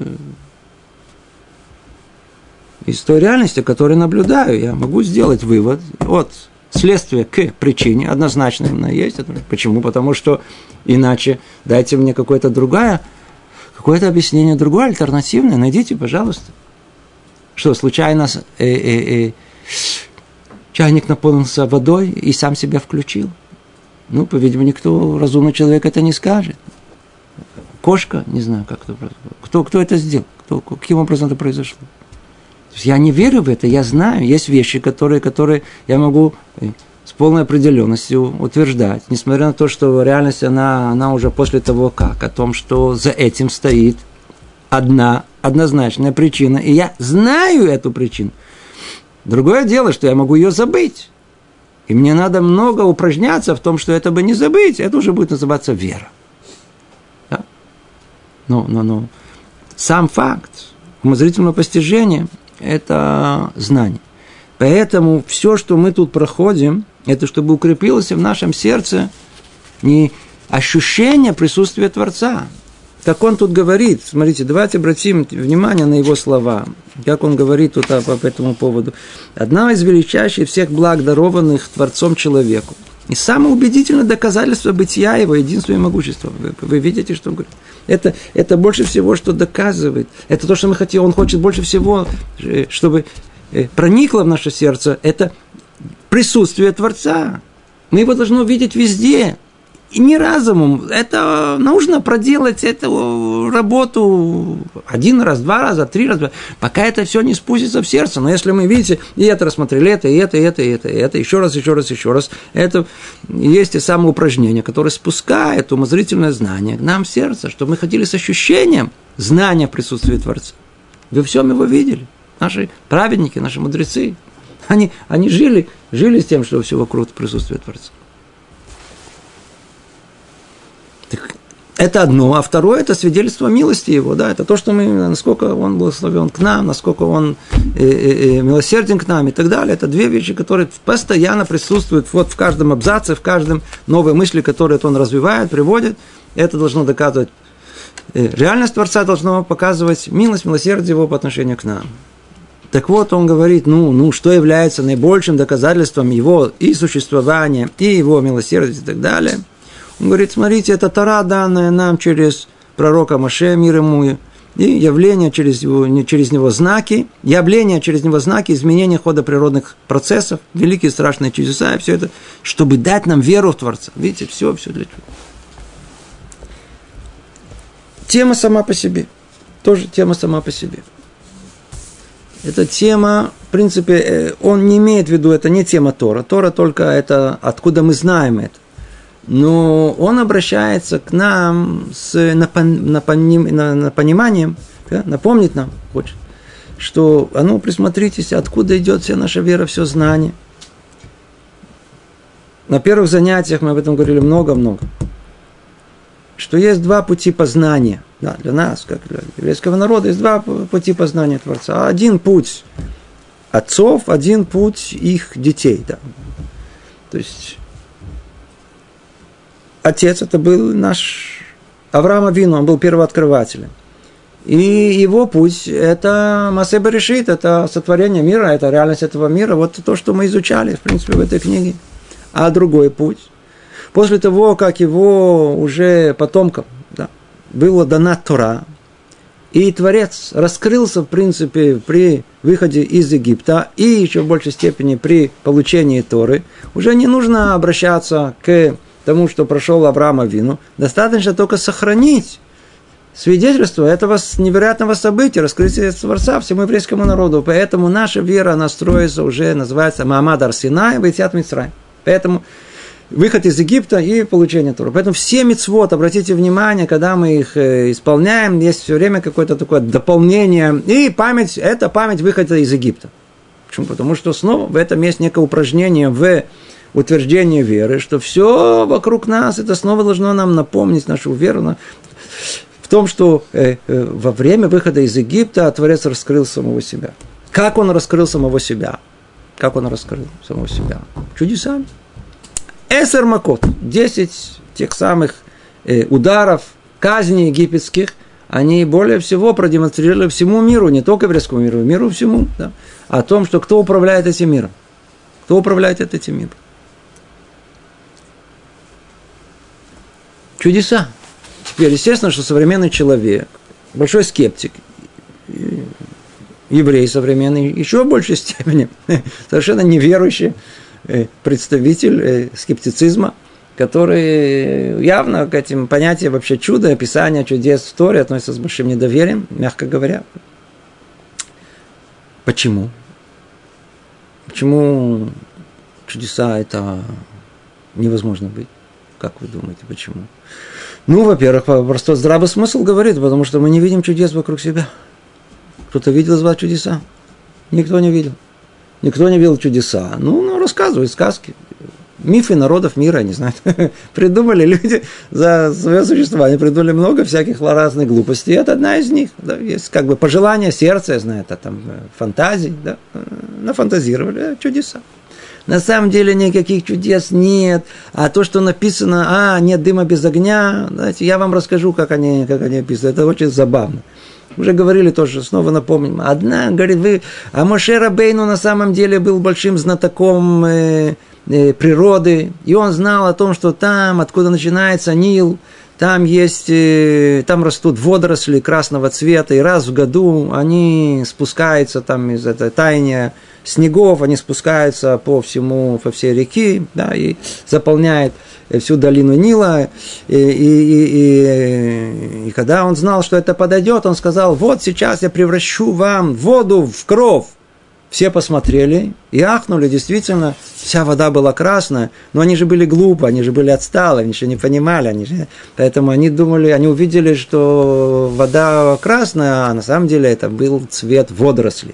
[SPEAKER 1] из той реальности, которую наблюдаю, я могу сделать вывод от следствия к причине. Однозначно она есть. Почему? Потому что иначе дайте мне какое-то другое, какое-то объяснение, другое, альтернативное. Найдите, пожалуйста. Что, случайно э, э, э, чайник наполнился водой и сам себя включил? Ну, по-видимому, никто, разумный человек, это не скажет. Кошка, не знаю, как это произошло. Кто, кто это сделал? Кто, каким образом это произошло? То есть я не верю в это, я знаю. Есть вещи, которые, которые я могу с полной определенностью утверждать. Несмотря на то, что реальность, она, она уже после того как, о том, что за этим стоит одна однозначная причина. И я знаю эту причину. Другое дело, что я могу ее забыть. И мне надо много упражняться в том, что это бы не забыть. Это уже будет называться вера. Да? Но, но, но сам факт умозрительного постижения – это знание. Поэтому все, что мы тут проходим, это чтобы укрепилось в нашем сердце не ощущение присутствия Творца. Как он тут говорит, смотрите, давайте обратим внимание на его слова. Как он говорит тут по, по этому поводу. Одна из величайших всех благ, дарованных Творцом человеку. И самое убедительное доказательство бытия его, единства и могущества. Вы, вы видите, что он говорит? Это, это больше всего, что доказывает. Это то, что мы хотим. Он хочет больше всего, чтобы проникло в наше сердце. Это присутствие Творца. Мы его должны увидеть везде. И не разумом. Это нужно проделать эту работу один раз, два раза, три раза, пока это все не спустится в сердце. Но если мы, видите, и это рассмотрели, это, и это, и это, и это, и это, еще раз, еще раз, еще раз, это есть и самоупражнение, которое спускает умозрительное знание к нам в сердце, чтобы мы ходили с ощущением знания присутствия Творца. Вы всем его видели. Наши праведники, наши мудрецы, они, они жили, жили с тем, что все вокруг присутствия Творца. Это одно, а второе – это свидетельство милости его, да, это то, что мы, насколько он благословен к нам, насколько он э, э, милосерден к нам и так далее. Это две вещи, которые постоянно присутствуют вот в каждом абзаце, в каждом новой мысли, которую он развивает, приводит. Это должно доказывать, э, реальность Творца должно показывать милость, милосердие его по отношению к нам. Так вот, он говорит, ну, ну, что является наибольшим доказательством его и существования, и его милосердия и так далее. Он говорит, смотрите, это Тора, данная нам через пророка Моше, мир ему, и явление через его, через него знаки, явление через него знаки, изменения хода природных процессов, великие страшные чудеса, и все это, чтобы дать нам веру в Творца. Видите, все, все для чего. Тема сама по себе. Тоже тема сама по себе. Эта тема, в принципе, он не имеет в виду, это не тема Тора. Тора только это, откуда мы знаем это. Но он обращается к нам с напон, напоним, на, на пониманием, да, напомнить нам хочет, что, а ну, присмотритесь, откуда идет вся наша вера, все знание. На первых занятиях мы об этом говорили много-много. Что есть два пути познания. Да, для нас, как для еврейского народа, есть два пути познания Творца. Один путь отцов, один путь их детей. Да. То есть отец это был наш Авраам Авину, он был первооткрывателем. И его путь это Маасе Берешит, это сотворение мира, это реальность этого мира. Вот то, что мы изучали, в принципе, в этой книге. А другой путь, после того, как его уже потомкам, да, была дана Тора, и Творец раскрылся, в принципе, при выходе из Египта, и еще в большей степени при получении Торы, уже не нужно обращаться к тому, что прошел Авраам Авину, достаточно только сохранить свидетельство этого невероятного события, раскрытия Творца всему еврейскому народу. Поэтому наша вера, она строится уже, называется Маамад ар-Синай, Ваетият Мицраим. Поэтому выход из Египта и получение Торы. Поэтому все мицвот, обратите внимание, когда мы их исполняем, есть все время какое-то такое дополнение. И память, это память выхода из Египта. Почему? Потому что снова в этом есть некое упражнение в утверждении веры, что все вокруг нас, это снова должно нам напомнить нашу веру в том, что э, э, во время выхода из Египта Творец раскрыл самого себя. Как он раскрыл самого себя? Как он раскрыл самого себя? Чудесами. Эсер макот, десять тех самых э, ударов, казней египетских, они более всего продемонстрировали всему миру, не только еврейскому миру, миру всему, да, о том, что кто управляет этим миром. Кто управляет этим миром? Чудеса. Теперь, естественно, что современный человек, большой скептик, еврей современный, еще в большей степени, совершенно неверующий представитель скептицизма, который явно к этим понятиям вообще чуда, описания чудес в Торе относится с большим недоверием, мягко говоря. Почему? Почему чудеса это невозможно быть? Как вы думаете, почему? Ну, во-первых, просто здравый смысл говорит, потому что мы не видим чудес вокруг себя. Кто-то видел из вас чудеса? Никто не видел. Никто не видел чудеса. Ну, ну рассказывают сказки. Мифы народов мира, не знаю. Придумали люди за свое существование, придумали много всяких разных глупостей. Это одна из них. Да, есть как бы пожелание сердца, я знаю, это там фантазии. Да, нафантазировали чудеса. На самом деле никаких чудес нет. А то, что написано, а, нет дыма без огня, знаете, я вам расскажу, как они, как они описаны. Это очень забавно. Уже говорили тоже, снова напомним. Одна, говорит, вы, а Моше Рабейну на самом деле был большим знатоком э, э, природы, и он знал о том, что там, откуда начинается Нил, там есть, э, там растут водоросли красного цвета, и раз в году они спускаются там из этой таяния снегов, они спускаются по всему, по всей реке, да, и заполняют всю долину Нила, и, и, и, и, и когда он знал, что это подойдет, он сказал, вот сейчас я превращу вам воду в кровь. Все посмотрели и ахнули, действительно, вся вода была красная, но они же были глупы, они же были отсталые, они же не понимали, они же... поэтому они думали, они увидели, что вода красная, а на самом деле это был цвет водорослей.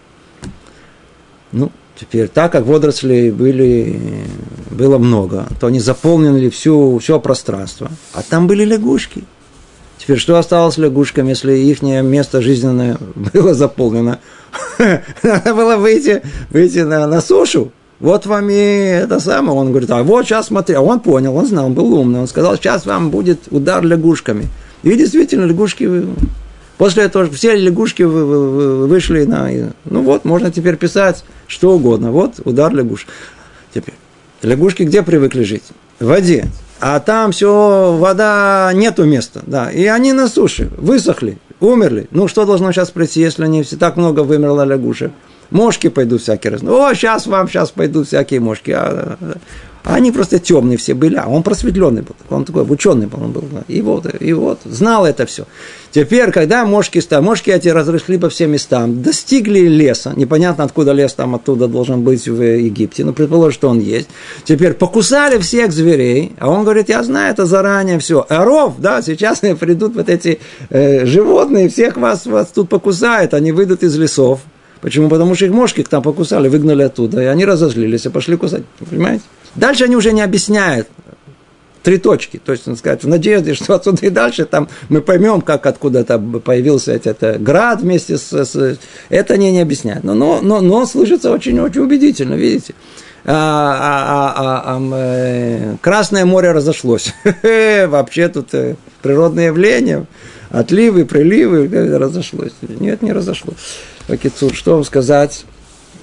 [SPEAKER 1] Ну, теперь, так как водорослей были, было много, то они заполнили всю, все пространство. А там были лягушки. Теперь, что осталось лягушкам, если их место жизненное было заполнено? Надо было выйти, выйти на, на сушу. Вот вам и это самое. Он говорит, а вот сейчас смотри. А он понял, он знал, он был умный. Он сказал, сейчас вам будет удар лягушками. И действительно, лягушки... После этого все лягушки вышли на... Ну вот, можно теперь писать что угодно. Вот, удар лягуш. Теперь, лягушки где привыкли жить? В воде. А там все, вода, нету места. Да. И они на суше высохли, умерли. Ну, что должно сейчас прийти, если они все так много вымерло лягушек? Мошки пойдут всякие разные. О, сейчас вам, сейчас пойдут всякие мошки. А, они просто темные все были, а он просветленный был. Он такой ученый был. Он был. И вот, и вот, знал это все. Теперь, когда мошки стали, мошки эти разросли по всем местам, достигли леса, непонятно откуда лес там оттуда должен быть в Египте, но предположим, что он есть. Теперь покусали всех зверей, а он говорит, я знаю это заранее все. Оров, да, сейчас придут вот эти э, животные, всех вас, вас тут покусают, они выйдут из лесов. Почему? Потому что их мошки там покусали, выгнали оттуда, и они разозлились и пошли кусать. Понимаете? Дальше они уже не объясняют. Три точки. То есть, он сказать, в надежде, что отсюда и дальше там мы поймем, как откуда-то появился этот, этот град вместе с... с это они не объясняют. Но, но, но, но слышится очень-очень убедительно, видите? А, а, а, а, а, Красное море разошлось. Вообще тут природное явление. Отливы, приливы, разошлось. Нет, не разошлось. Акицур, что вам сказать?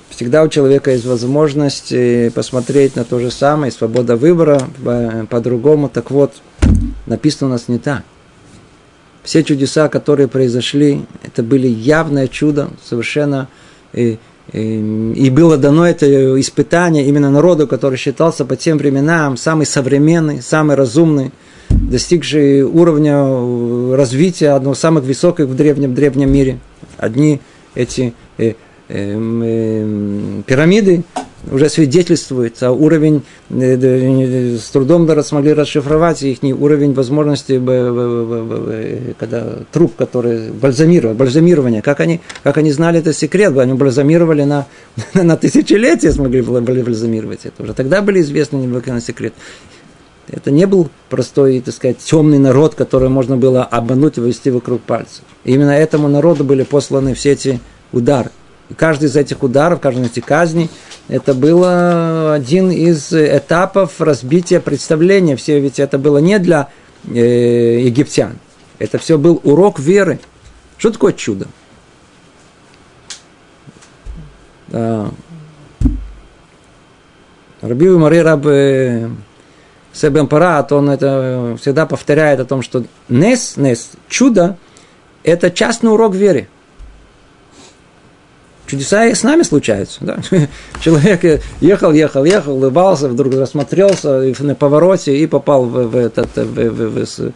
[SPEAKER 1] всегда у человека есть возможность посмотреть на то же самое, свобода выбора по-другому. Так вот, написано у нас не так. Все чудеса, которые произошли, это были явное чудо, совершенно, и, и, и было дано это испытание именно народу, который считался по тем временам самый современный, самый разумный, достигший уровня развития одного из самых высоких в древнем, древнем мире. Одни эти э, э, э, пирамиды уже свидетельствует, а уровень, с трудом смогли расшифровать их уровень возможности, когда труп, который бальзамировал, бальзамирование, как они, как они знали этот секрет, они бальзамировали на, на тысячелетия, смогли бальзамировать это уже. Тогда были известны необыкновенный секрет. Это не был простой, так сказать, темный народ, который можно было обмануть и ввести вокруг пальцев. И именно этому народу были посланы все эти удары. И каждый из этих ударов, каждый из этих казней, это был один из этапов разбития представления. Все, ведь это было не для э, египтян. Это все был урок веры. Что такое чудо? Да. Раби Мари Раб Себен Парат, он это всегда повторяет о том, что нес, нес, чудо, это частный урок веры. Чудеса и с нами случаются. Да? Человек ехал, ехал, ехал, улыбался, вдруг рассмотрелся на повороте и попал в, в этот в, в, в,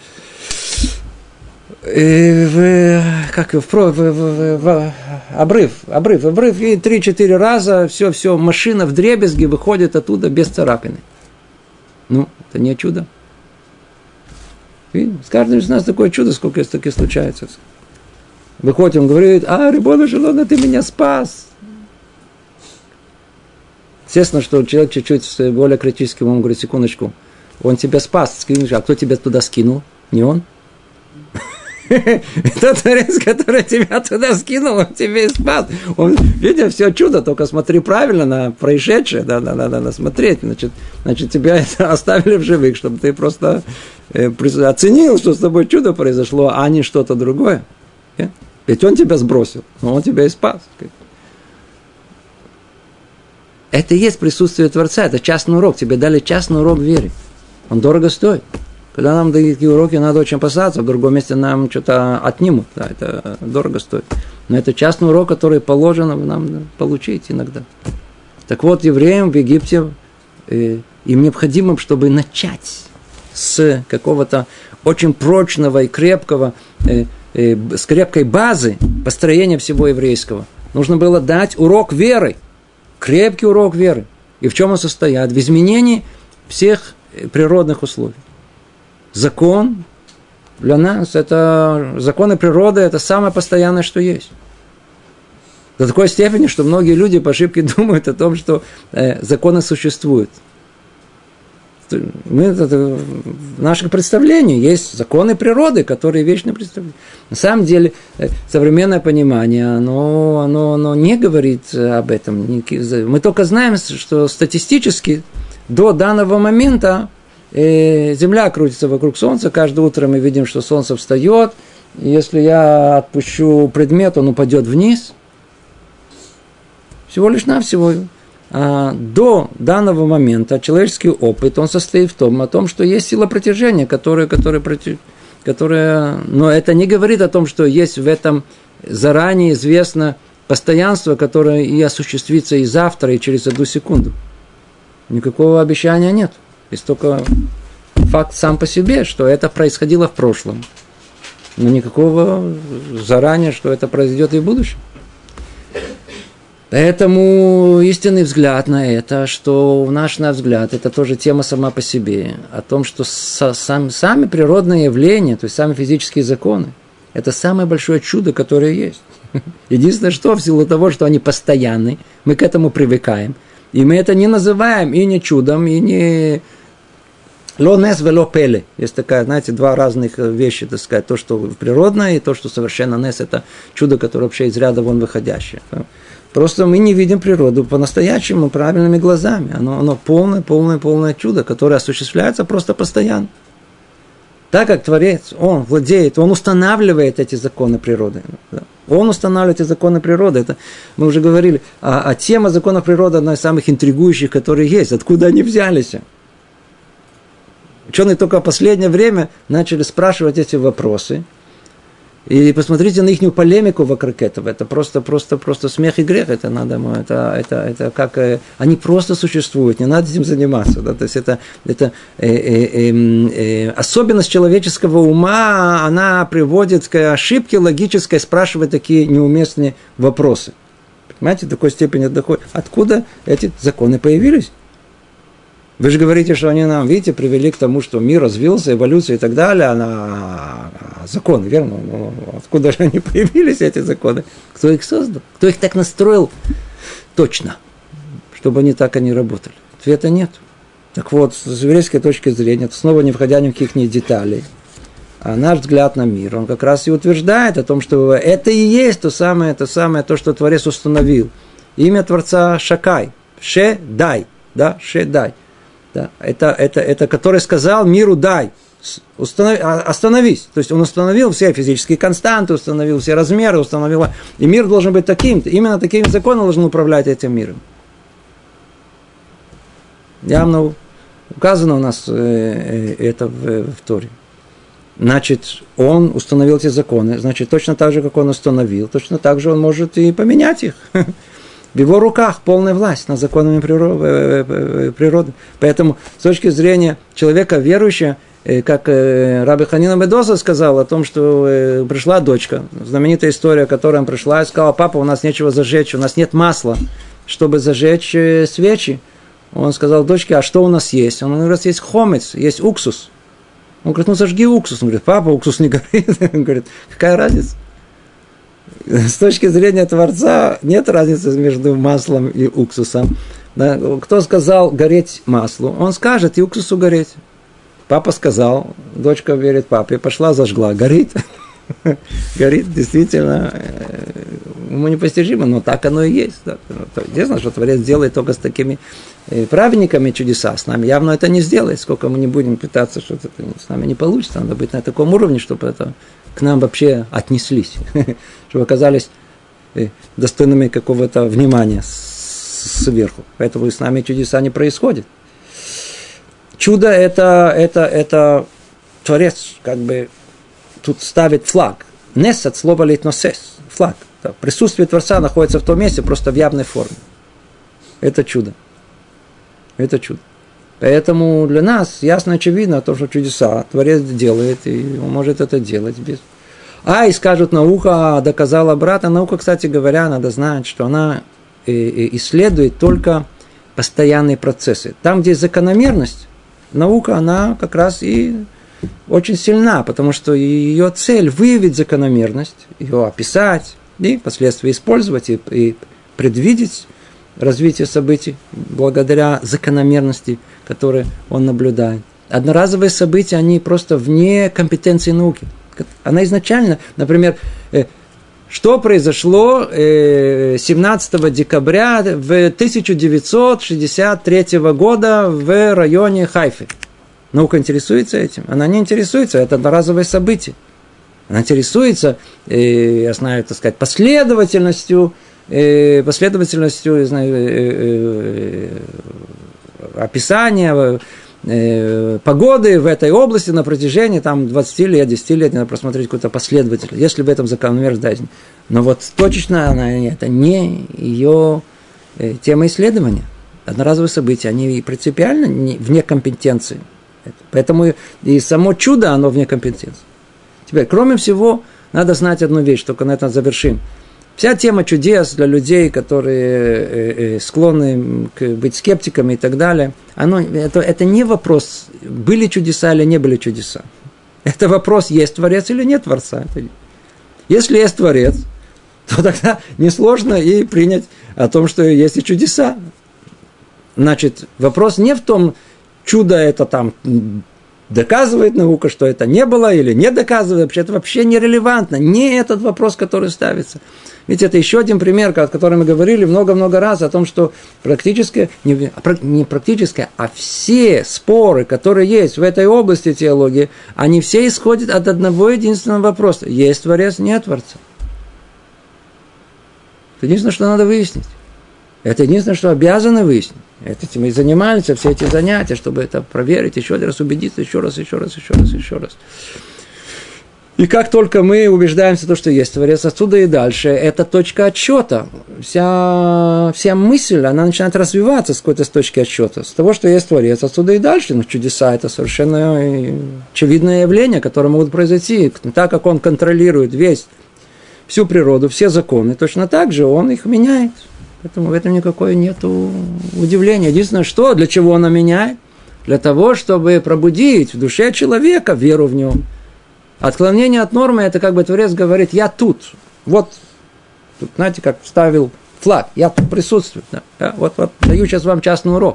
[SPEAKER 1] в, как, в, в, в, в обрыв, обрыв, обрыв, и три-четыре раза все, все, машина вдребезги выходит оттуда без царапины. Ну, это не чудо. И с каждым из нас такое чудо, сколько таки случается. Выходит, он говорит: а, Рибону Шелона, ты меня спас. Естественно, что человек чуть-чуть с более критическим умом говорит: секундочку, он тебя спас, скинешь, а кто тебя туда скинул? Не он? Тот Творец, который тебя туда скинул, он тебя и спас. Он, видя все чудо, только смотри правильно на происшедшее, да, надо, надо смотреть. Значит, значит, тебя оставили в живых, чтобы ты просто э, оценил, что с тобой чудо произошло, а не что-то другое. Yeah? Ведь он тебя сбросил, но он тебя и спас. Это и есть присутствие Творца, это частный урок. Тебе дали частный урок веры. Он дорого стоит. Когда нам дают такие уроки, надо очень опасаться, в другом месте нам что-то отнимут. Да, это дорого стоит. Но это частный урок, который положено нам получить иногда. Так вот, евреям в Египте э, им необходимо, чтобы начать с какого-то очень прочного и крепкого, э, э, с крепкой базы построения всего еврейского. Нужно было дать урок веры, крепкий урок веры. И в чем он состоит? В изменении всех природных условий. Закон для нас, это законы природы, это самое постоянное, что есть. До такой степени, что многие люди по ошибке думают о том, что э, законы существуют. Мы, это, в наших представлениях есть законы природы, которые вечно представляют. На самом деле, э, современное понимание, оно, оно, оно не говорит об этом. Мы только знаем, что статистически до данного момента и Земля крутится вокруг Солнца, каждое утро мы видим, что Солнце встает, и если я отпущу предмет, он упадет вниз. Всего лишь навсего. А до данного момента человеческий опыт, он состоит в том, о том, что есть сила притяжения, которая, которая, которая, но это не говорит о том, что есть в этом заранее известно постоянство, которое и осуществится и завтра, и через одну секунду. Никакого обещания нет. Есть только факт сам по себе, что это происходило в прошлом. Но никакого заранее, что это произойдет и в будущем. Поэтому истинный взгляд на это, что наш, наш взгляд, это тоже тема сама по себе, о том, что со, сам, сами природные явления, то есть сами физические законы, это самое большое чудо, которое есть. Единственное, что в силу того, что они постоянны, мы к этому привыкаем, и мы это не называем и не чудом, и не ло нес вело пеле. Есть такая, знаете, два разных вещи, так сказать, то, что природное, и то, что совершенно нес, это чудо, которое вообще из ряда вон выходящее. Просто мы не видим природу по-настоящему правильными глазами. Оно, оно полное, полное, полное чудо, которое осуществляется просто постоянно. Так как Творец, Он владеет, Он устанавливает эти законы природы. Он устанавливает эти законы природы. Это мы уже говорили. А, а тема законов природы одна из самых интригующих, которые есть. Откуда они взялись? Ученые только в последнее время начали спрашивать эти вопросы. И посмотрите на их полемику вокруг этого. Это просто, просто, просто смех и грех. Это надо, это, это, это как они просто существуют. Не надо этим заниматься. Да? То есть это, это э, э, э, э, особенность человеческого ума, она приводит к ошибке логической, спрашивать такие неуместные вопросы. Понимаете, до такой степени доходит. Откуда эти законы появились? Вы же говорите, что они нам, видите, привели к тому, что мир развился, эволюция и так далее, она законы, верно? Но откуда же они появились, эти законы? Кто их создал? Кто их так настроил точно, чтобы они так и не работали? Ответа нет. Так вот, с еврейской точки зрения, снова не входя ни в какие деталей, а наш взгляд на мир, он как раз и утверждает о том, что это и есть то самое, то самое, то, что Творец установил. Имя Творца Шакай, Ше-Дай, да, Ше-Дай. Да, это, это, это который сказал миру дай, установи, остановись. То есть он установил все физические константы, установил все размеры, установил, и мир должен быть таким. Именно таким законом должен управлять этим миром. Явно указано у нас это в, в Торе. Значит, он установил эти законы, значит, точно так же, как он установил, точно так же он может и поменять их. В его руках полная власть над законами природы. Поэтому с точки зрения человека верующего, как Раби Ханина Медоза сказал о том, что пришла дочка, знаменитая история, которая пришла и сказала: папа, у нас нечего зажечь, у нас нет масла, чтобы зажечь свечи. Он сказал: дочке, а что у нас есть? Он говорит: есть хомец, есть уксус. Он говорит: ну зажги уксус. Он говорит: папа, уксус не горит. Он говорит: какая разница? С точки зрения Творца нет разницы между маслом и уксусом. Да? Кто сказал гореть маслу, он скажет и уксусу гореть. Папа сказал, дочка верит папе, пошла, зажгла, горит. Горит, действительно, ему непостижимо, но так оно и есть. Единственное, что Творец делает только с такими праведниками чудеса. С нами явно это не сделает. Сколько мы не будем пытаться, что-то с нами не получится. Надо быть на таком уровне, чтобы это к нам вообще отнеслись. Чтобы оказались достойными какого-то внимания сверху. Поэтому с нами чудеса не происходят. Чудо это, это, это Творец как бы тут ставит флаг. Нес от слова лейтносес. Флаг. Да. Присутствие Творца находится в том месте, просто в явной форме. Это чудо. Это чудо. Поэтому для нас ясно очевидно то, что чудеса Творец делает, и он может это делать без... А, и скажут, наука доказала обратно. Наука, кстати говоря, надо знать, что она исследует только постоянные процессы. Там, где есть закономерность, наука, она как раз и очень сильна, потому что ее цель выявить закономерность, ее описать и впоследствии использовать и, и предвидеть развитие событий благодаря закономерности, которые он наблюдает. Одноразовые события, они просто вне компетенции науки. Она изначально, например, что произошло семнадцатого декабря тысяча девятьсот шестьдесят третьего года в районе Хайфы. Наука интересуется этим? Она не интересуется, это одноразовое событие. Она интересуется, я знаю, так сказать, последовательностью, последовательностью, я знаю, описания погоды в этой области на протяжении там, двадцать лет, десять лет, надо просмотреть какую-то последовательность, если в этом закономерность дать. Но вот точечно она, это не ее тема исследования. Одноразовые события, они принципиально не, вне компетенции. Поэтому и само чудо, оно вне компетенции. Теперь, кроме всего, надо знать одну вещь, только на этом завершим. Вся тема чудес для людей, которые склонны быть скептиками и так далее, оно, это, это не вопрос, были чудеса или не были чудеса. Это вопрос, есть Творец или нет Творца. Если есть Творец, то тогда несложно и принять о том, что есть и чудеса. Значит, вопрос не в том, чудо это там доказывает наука, что это не было или не доказывает, вообще это вообще нерелевантно. Не этот вопрос, который ставится. Ведь это еще один пример, о котором мы говорили много-много раз, о том, что практическое, не, не практическое, а все споры, которые есть в этой области теологии, они все исходят от одного единственного вопроса. Есть Творец, нет Творца. Это единственное, что надо выяснить. Это единственное, что обязаны выяснить. Этим и занимаются все эти занятия, чтобы это проверить, еще раз убедиться, еще раз, еще раз, еще раз, еще раз. И как только мы убеждаемся в том, что есть Творец, отсюда и дальше, это точка отсчета. Вся, вся мысль, она начинает развиваться с какой-то с точки отсчета. С того, что есть Творец, отсюда и дальше. Ну, чудеса – это совершенно очевидное явление, которое могут произойти. Так как он контролирует весь, всю природу, все законы, точно так же он их меняет. Поэтому в этом никакой нету удивления. Единственное, что, для чего он меняет? Для того, чтобы пробудить в душе человека веру в нем. Отклонение от нормы – это как бы Творец говорит, я тут, вот, тут, знаете, как вставил флаг, я тут присутствую, да, я вот, вот, даю сейчас вам частный урок.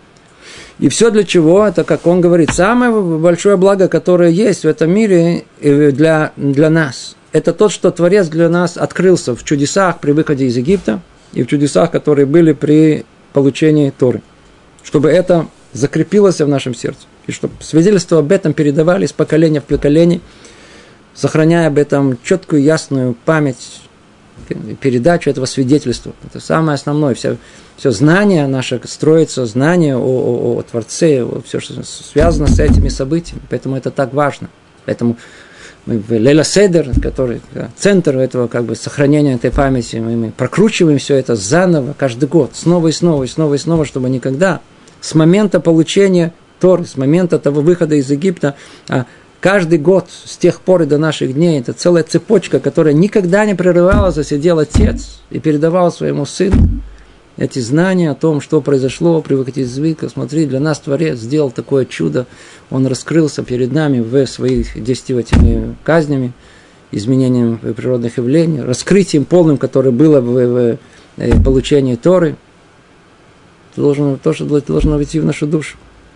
[SPEAKER 1] И все для чего? Это, как он говорит, самое большое благо, которое есть в этом мире для, для нас. Это то, что Творец для нас открылся в чудесах при выходе из Египта и в чудесах, которые были при получении Торы. Чтобы это закрепилось в нашем сердце. И чтобы свидетельства об этом передавались поколение в поколение, сохраняя об этом четкую, ясную память, передачу этого свидетельства. Это самое основное. Все, все знание наше строится, знание о, о, о Творце, о, все, что связано с этими событиями. Поэтому это так важно. Поэтому мы в Лейла Седер, который да, центр этого как бы, сохранения этой памяти, мы, мы прокручиваем все это заново, каждый год, снова и снова, и снова и снова, чтобы никогда с момента получения Торы, с момента того выхода из Египта, а каждый год с тех пор и до наших дней, это целая цепочка, которая никогда не прерывалась, а сидел отец и передавал своему сыну эти знания о том, что произошло при выходе из Египта. Смотри, для нас Творец сделал такое чудо, он раскрылся перед нами в своих десятиватими казнями, изменением природных явлений, раскрытием полным, которое было в, в получении Торы. Это должно, то, что должно войти в нашу душу.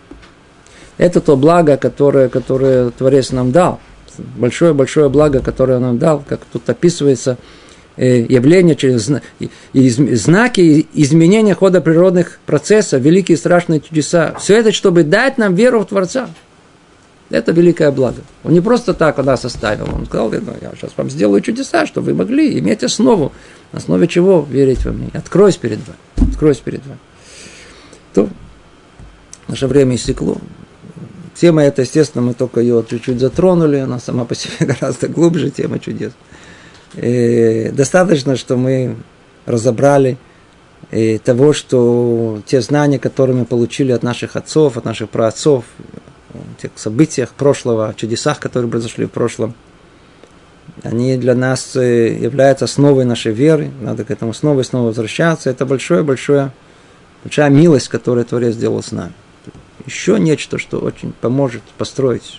[SPEAKER 1] Это то благо, которое, которое Творец нам дал. Большое-большое благо, которое он нам дал, как тут описывается, явление через знаки изменения хода природных процессов, великие страшные чудеса. Все это, чтобы дать нам веру в Творца. Это великое благо. Он не просто так нас оставил. Он сказал, ну, я сейчас вам сделаю чудеса, чтобы вы могли иметь основу, на основе чего верить во меня. Откроюсь перед вами. Откроюсь перед вами. То наше время истекло. Тема эта, естественно, мы только ее чуть-чуть затронули. Она сама по себе гораздо глубже, тема чудес. И достаточно, что мы разобрали и того, что те знания, которые мы получили от наших отцов, от наших праотцов, о тех событиях прошлого, о чудесах, которые произошли в прошлом, они для нас являются основой нашей веры. Надо к этому снова и снова возвращаться. Это большое-большое, большая милость, которую Творец сделал с нами. Еще нечто, что очень поможет построить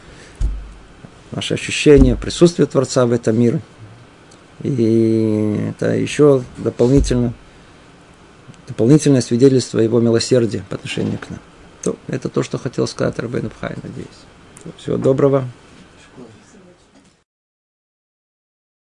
[SPEAKER 1] наше ощущение присутствия Творца в этом мире. И это еще дополнительно, дополнительное свидетельство его милосердия по отношению к нам. То, это то, что хотел сказать Рабейну Бхай, надеюсь. Всего доброго.